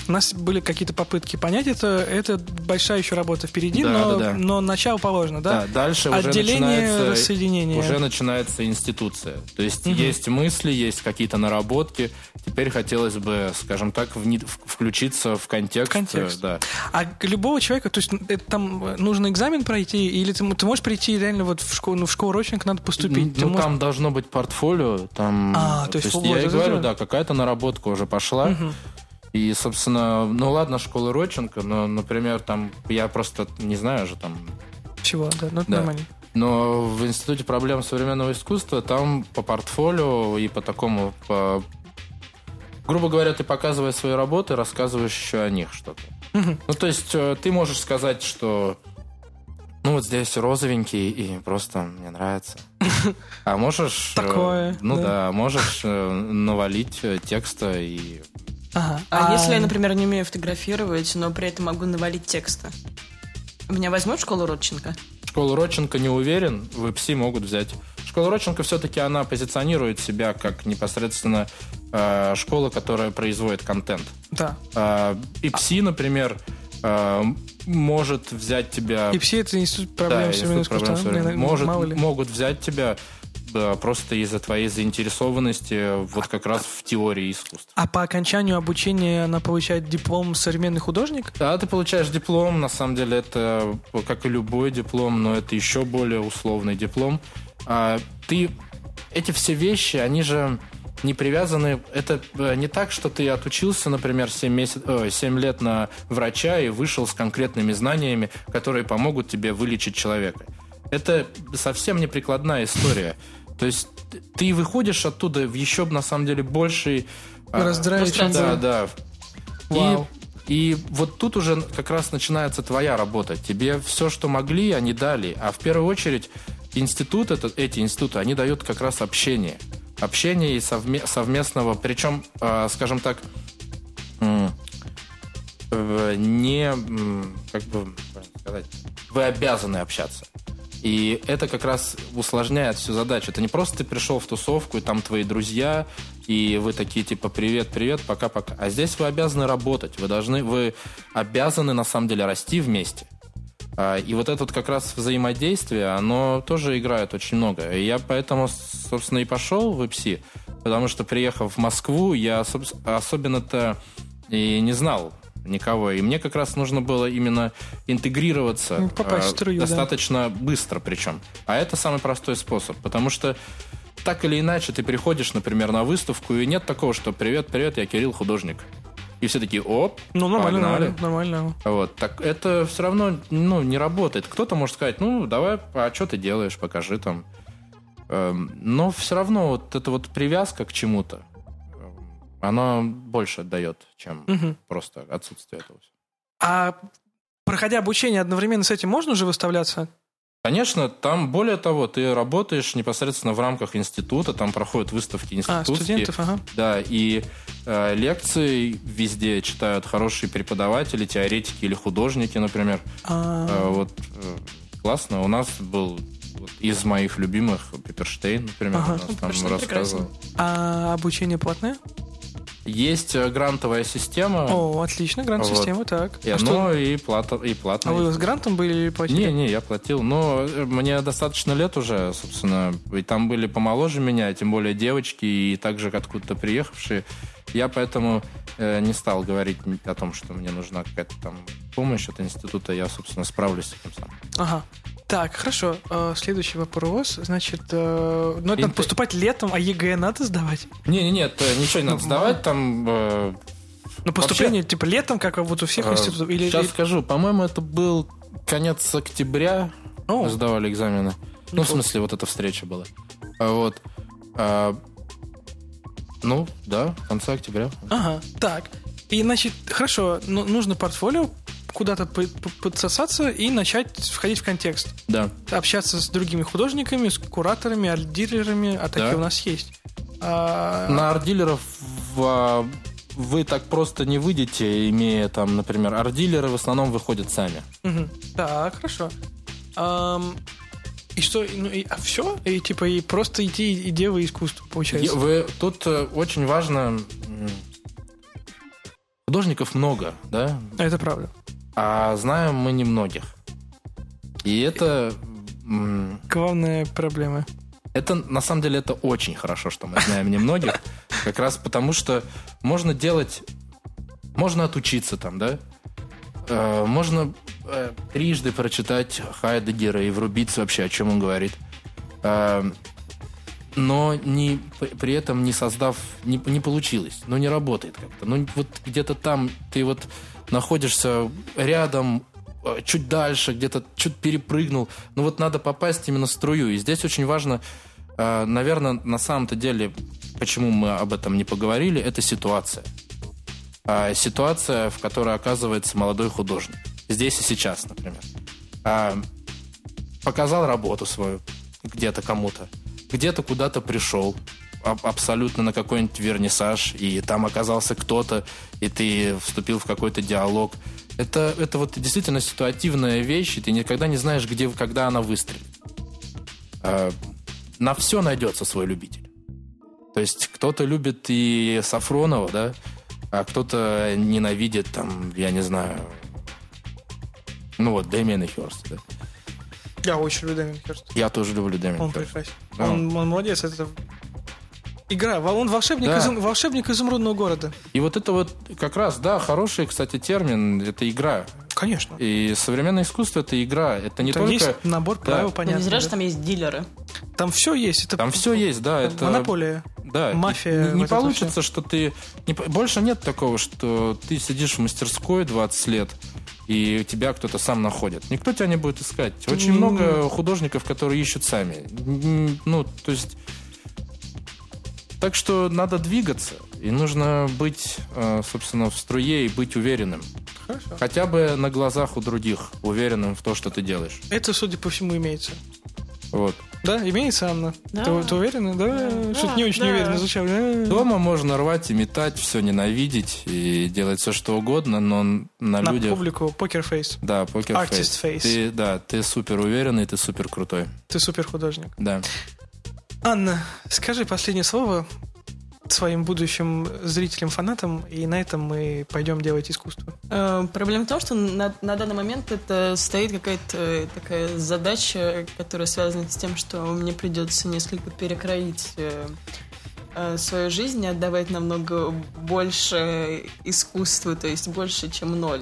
У нас были какие-то попытки понять это большая еще работа впереди, но начало положено, да? Да, дальше отделение, рассоединение. Уже начинается институция. То есть есть мысли, есть какие-то наработки. Теперь хотелось бы, скажем так, включиться в контекст. Да. А любого человека, то есть там нужно экзамен пройти, или ты можешь прийти реально вот в школу Родченко надо поступить? Там должно быть портфолио. Там, то есть я и говорю, да, какая-то наработка уже пошла. И, собственно, ладно, школа Родченко, но, например, там я просто не знаю же там... Чего, да, это нормально. Но в Институте проблем современного искусства там по портфолио и по такому... Грубо говоря, ты показываешь свои работы, рассказываешь еще о них что-то. Ну, то есть ты можешь сказать, что вот здесь розовенький и просто мне нравится. А можешь... Такое. Можешь навалить текста и... А если я, например, не умею фотографировать, но при этом могу навалить текста? Меня возьмут в школу Родченко? Школу Родченко не уверен, в ИПСИ могут взять. Школа Родченко все-таки она позиционирует себя как непосредственно школа, которая производит контент. Да. ИПСИ, например, может взять тебя... ИПСИ — это Институт проблем современного искусства. Могут взять тебя просто из-за твоей заинтересованности вот как раз в теории искусства. А по окончанию обучения она получает диплом «Современный художник»? Да, ты получаешь диплом. На самом деле это, как и любой диплом, но это еще более условный диплом. Эти все вещи, они же не привязаны... Это не так, что ты отучился, например, 7 лет на врача и вышел с конкретными знаниями, которые помогут тебе вылечить человека. Это совсем не прикладная история. То есть ты выходишь оттуда в еще, на самом деле, больший... Раздрай, чем... Да. И вот тут уже как раз начинается твоя работа. Тебе все, что могли, они дали. А в первую очередь эти институты, они дают как раз общение. Общение и совместного... Причем, скажем так, не... Как бы сказать... Вы обязаны общаться. И это как раз усложняет всю задачу. Это не просто ты пришел в тусовку, и там твои друзья, и вы такие типа «привет, пока-пока». А здесь вы обязаны работать. Вы обязаны, на самом деле, расти вместе. И вот это вот как раз взаимодействие, оно тоже играет очень много. И я поэтому, собственно, и пошел в ИПСИ, потому что, приехав в Москву, я особенно-то и не знал никого. И мне как раз нужно было именно интегрироваться попасть в струю, достаточно быстро причем. А это самый простой способ, потому что так или иначе ты приходишь, например, на выставку, и нет такого, что «Привет, я Кирилл, художник». И все такие «Оп, нормально. Вот. Так это все равно не работает. Кто-то может сказать давай, а что ты делаешь, покажи там. Но все равно вот эта вот привязка к чему-то, она больше отдает, чем просто отсутствие этого. А проходя обучение одновременно с этим, можно уже выставляться? Конечно, там, более того, ты работаешь непосредственно в рамках института, там проходят выставки институтские. Студентов, ага. Да, и лекции везде читают хорошие преподаватели, теоретики или художники, например. Классно. У нас был из моих любимых Пепперштейн, например, у нас там рассказывал. А обучение платное? Есть грантовая система. О, отлично, грант-система, так. И платная. А вы с грантом были или платили? Не, я платил. Но мне достаточно лет уже, собственно. И там были помоложе меня, тем более девочки, и также откуда-то приехавшие. Я поэтому не стал говорить о том, что мне нужна какая-то там помощь от института. Я, собственно, справлюсь с этим сам. Ага. Так, хорошо. Следующий вопрос. Значит, надо поступать летом, а ЕГЭ надо сдавать? Нет, ничего не надо сдавать. Там... Но поступление вообще, летом, как вот у всех институтов? Сейчас скажу. По-моему, это был конец октября. Мы сдавали экзамены. В смысле, вот эта встреча была. Вот. Да, в конце октября. Ага, так. И, значит, хорошо, нужно портфолио куда-то подсосаться и начать входить в контекст. Да. Общаться с другими художниками, с кураторами, арт-дилерами, такие у нас есть. На арт-дилеров вы так просто не выйдете, имея там, например, арт-дилеры в основном выходят сами. Так, хорошо. И что, все? И просто идти и делать искусство, получается? Тут очень важно... художников много, да? Это правда. А знаем мы немногих. И это... Главная проблема. Это, на самом деле, это очень хорошо, что мы знаем немногих. Как раз потому, что можно делать... Можно отучиться там, да? Можно трижды прочитать Хайдеггера и врубиться вообще, о чем он говорит. Но при этом не создав... Не получилось. Ну, не работает как-то. Ну, вот где-то там ты вот находишься рядом, чуть дальше, где-то чуть перепрыгнул. Ну, вот надо попасть именно в струю. И здесь очень важно, наверное, на самом-то деле, почему мы об этом не поговорили, это ситуация. Ситуация, в которой оказывается молодой художник. Здесь и сейчас, например. Показал работу свою где-то кому-то. Где-то куда-то пришел абсолютно на какой-нибудь вернисаж, и там оказался кто-то, и ты вступил в какой-то диалог. Это вот действительно ситуативная вещь, и ты никогда не знаешь, где, когда она выстрелит. На все найдется свой любитель. То есть кто-то любит и Сафронова, да, а кто-то ненавидит, там, я не знаю, ну вот, Дэмиана Хёрста, да. Я очень люблю Дэмиана Хёрста. Я тоже люблю Дэмиана Он Хёрста. прекрасен. Он молодец, это игра. Он волшебник, да. Волшебник изумрудного города. И вот это вот как раз, да, хороший, кстати, термин, это игра. Конечно. И современное искусство — это игра. Это не там только... есть набор правил, понятно. Не зря да? же там есть дилеры. Там все есть. Там все есть, да. Это монополия. Да. Мафия. Не получится, что ты... Больше нет такого, что ты сидишь в мастерской 20 лет, и тебя кто-то сам находит. Никто тебя не будет искать. Очень много художников, которые ищут сами. Ну, то есть... Так что надо двигаться, и нужно быть, собственно, в струе и быть уверенным. Хорошо. Хотя бы на глазах у других уверенным в то, что ты делаешь. Это, судя по всему, имеется. Вот. Да, имеется, Анна? Да. Ты уверена? Да. Что-то не очень уверенно звучало. Дома можно рвать и метать, все ненавидеть и делать все, что угодно, но на людях... На публику покерфейс. Да, покерфейс. Артист-фейс. Ты супер уверенный, ты супер крутой. Ты супер художник. Да. Анна, скажи последнее слово своим будущим зрителям, фанатам, и на этом мы пойдем делать искусство. Проблема в том, что на данный момент это стоит какая-то такая задача, которая связана с тем, что мне придется несколько перекроить свою жизнь и отдавать намного больше искусству, то есть больше, чем 0.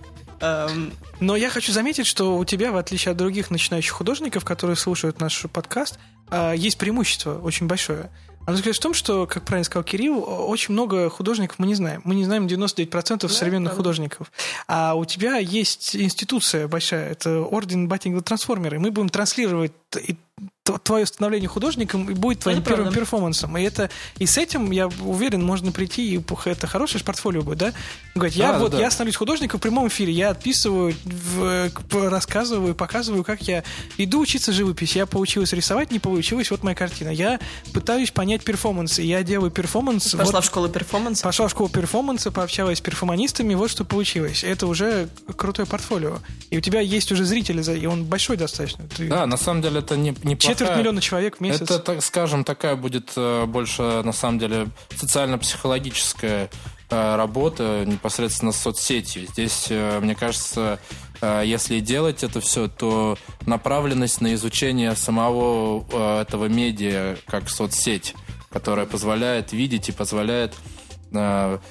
Но я хочу заметить, что у тебя, в отличие от других начинающих художников, которые слушают наш подкаст, есть преимущество очень большое. Оно заключается в том, что, как правильно сказал Кирилл, очень много художников мы не знаем. Мы не знаем 99% современных художников. А у тебя есть институция большая, это Орден Батинга Трансформера, и мы будем транслировать твое становление художником и будет твоим первым перформансом. И с этим, я уверен, можно прийти, и это хорошее портфолио будет, да? Говорить, я становлюсь художником в прямом эфире, я отписываю, рассказываю, показываю, как я иду учиться живопись. Я получилось рисовать, не получилось, вот моя картина. Я пытаюсь понять перформанс, и я делаю перформанс. Пошла в школу перформанса. Пошла в школу перформанса, пообщалась с перформанистами, вот что получилось. Это уже крутое портфолио. И у тебя есть уже зрители, и он большой достаточно. Да, на самом деле это не 250 000 человек в месяц. Это, так скажем, такая будет больше, на самом деле, социально-психологическая работа непосредственно с соцсетью. Здесь, мне кажется, если делать это все, то направленность на изучение самого этого медиа как соцсеть, которая позволяет видеть и позволяет... Медиа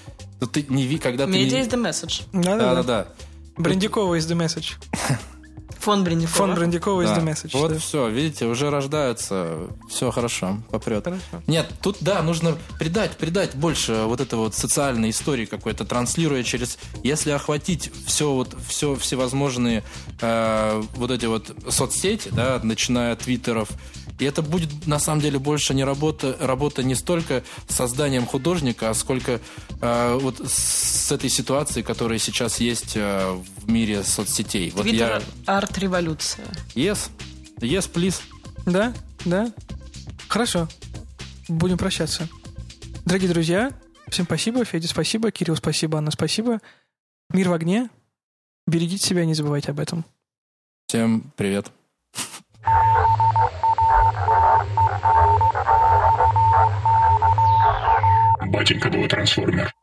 is the message. Да. Брендякова is the message. Фон Брендякова is the message. Вот все, видите, уже рождаются. Все хорошо, попрет. Хорошо. Нет, тут, да, нужно придать больше вот этой вот социальной истории какой-то, транслируя через... Если охватить все всевозможные вот эти вот соцсети, да, начиная от твиттеров, и это будет, на самом деле, больше не работа не столько с созданием художника, а сколько вот с этой ситуацией, которая сейчас есть в мире соцсетей. Твиттер арт-революция. Yes, please. Да. Хорошо. Будем прощаться. Дорогие друзья, всем спасибо. Федя, спасибо. Кирилл, спасибо. Анна, спасибо. Мир в огне. Берегите себя, не забывайте об этом. Всем привет. Батенька был трансформер.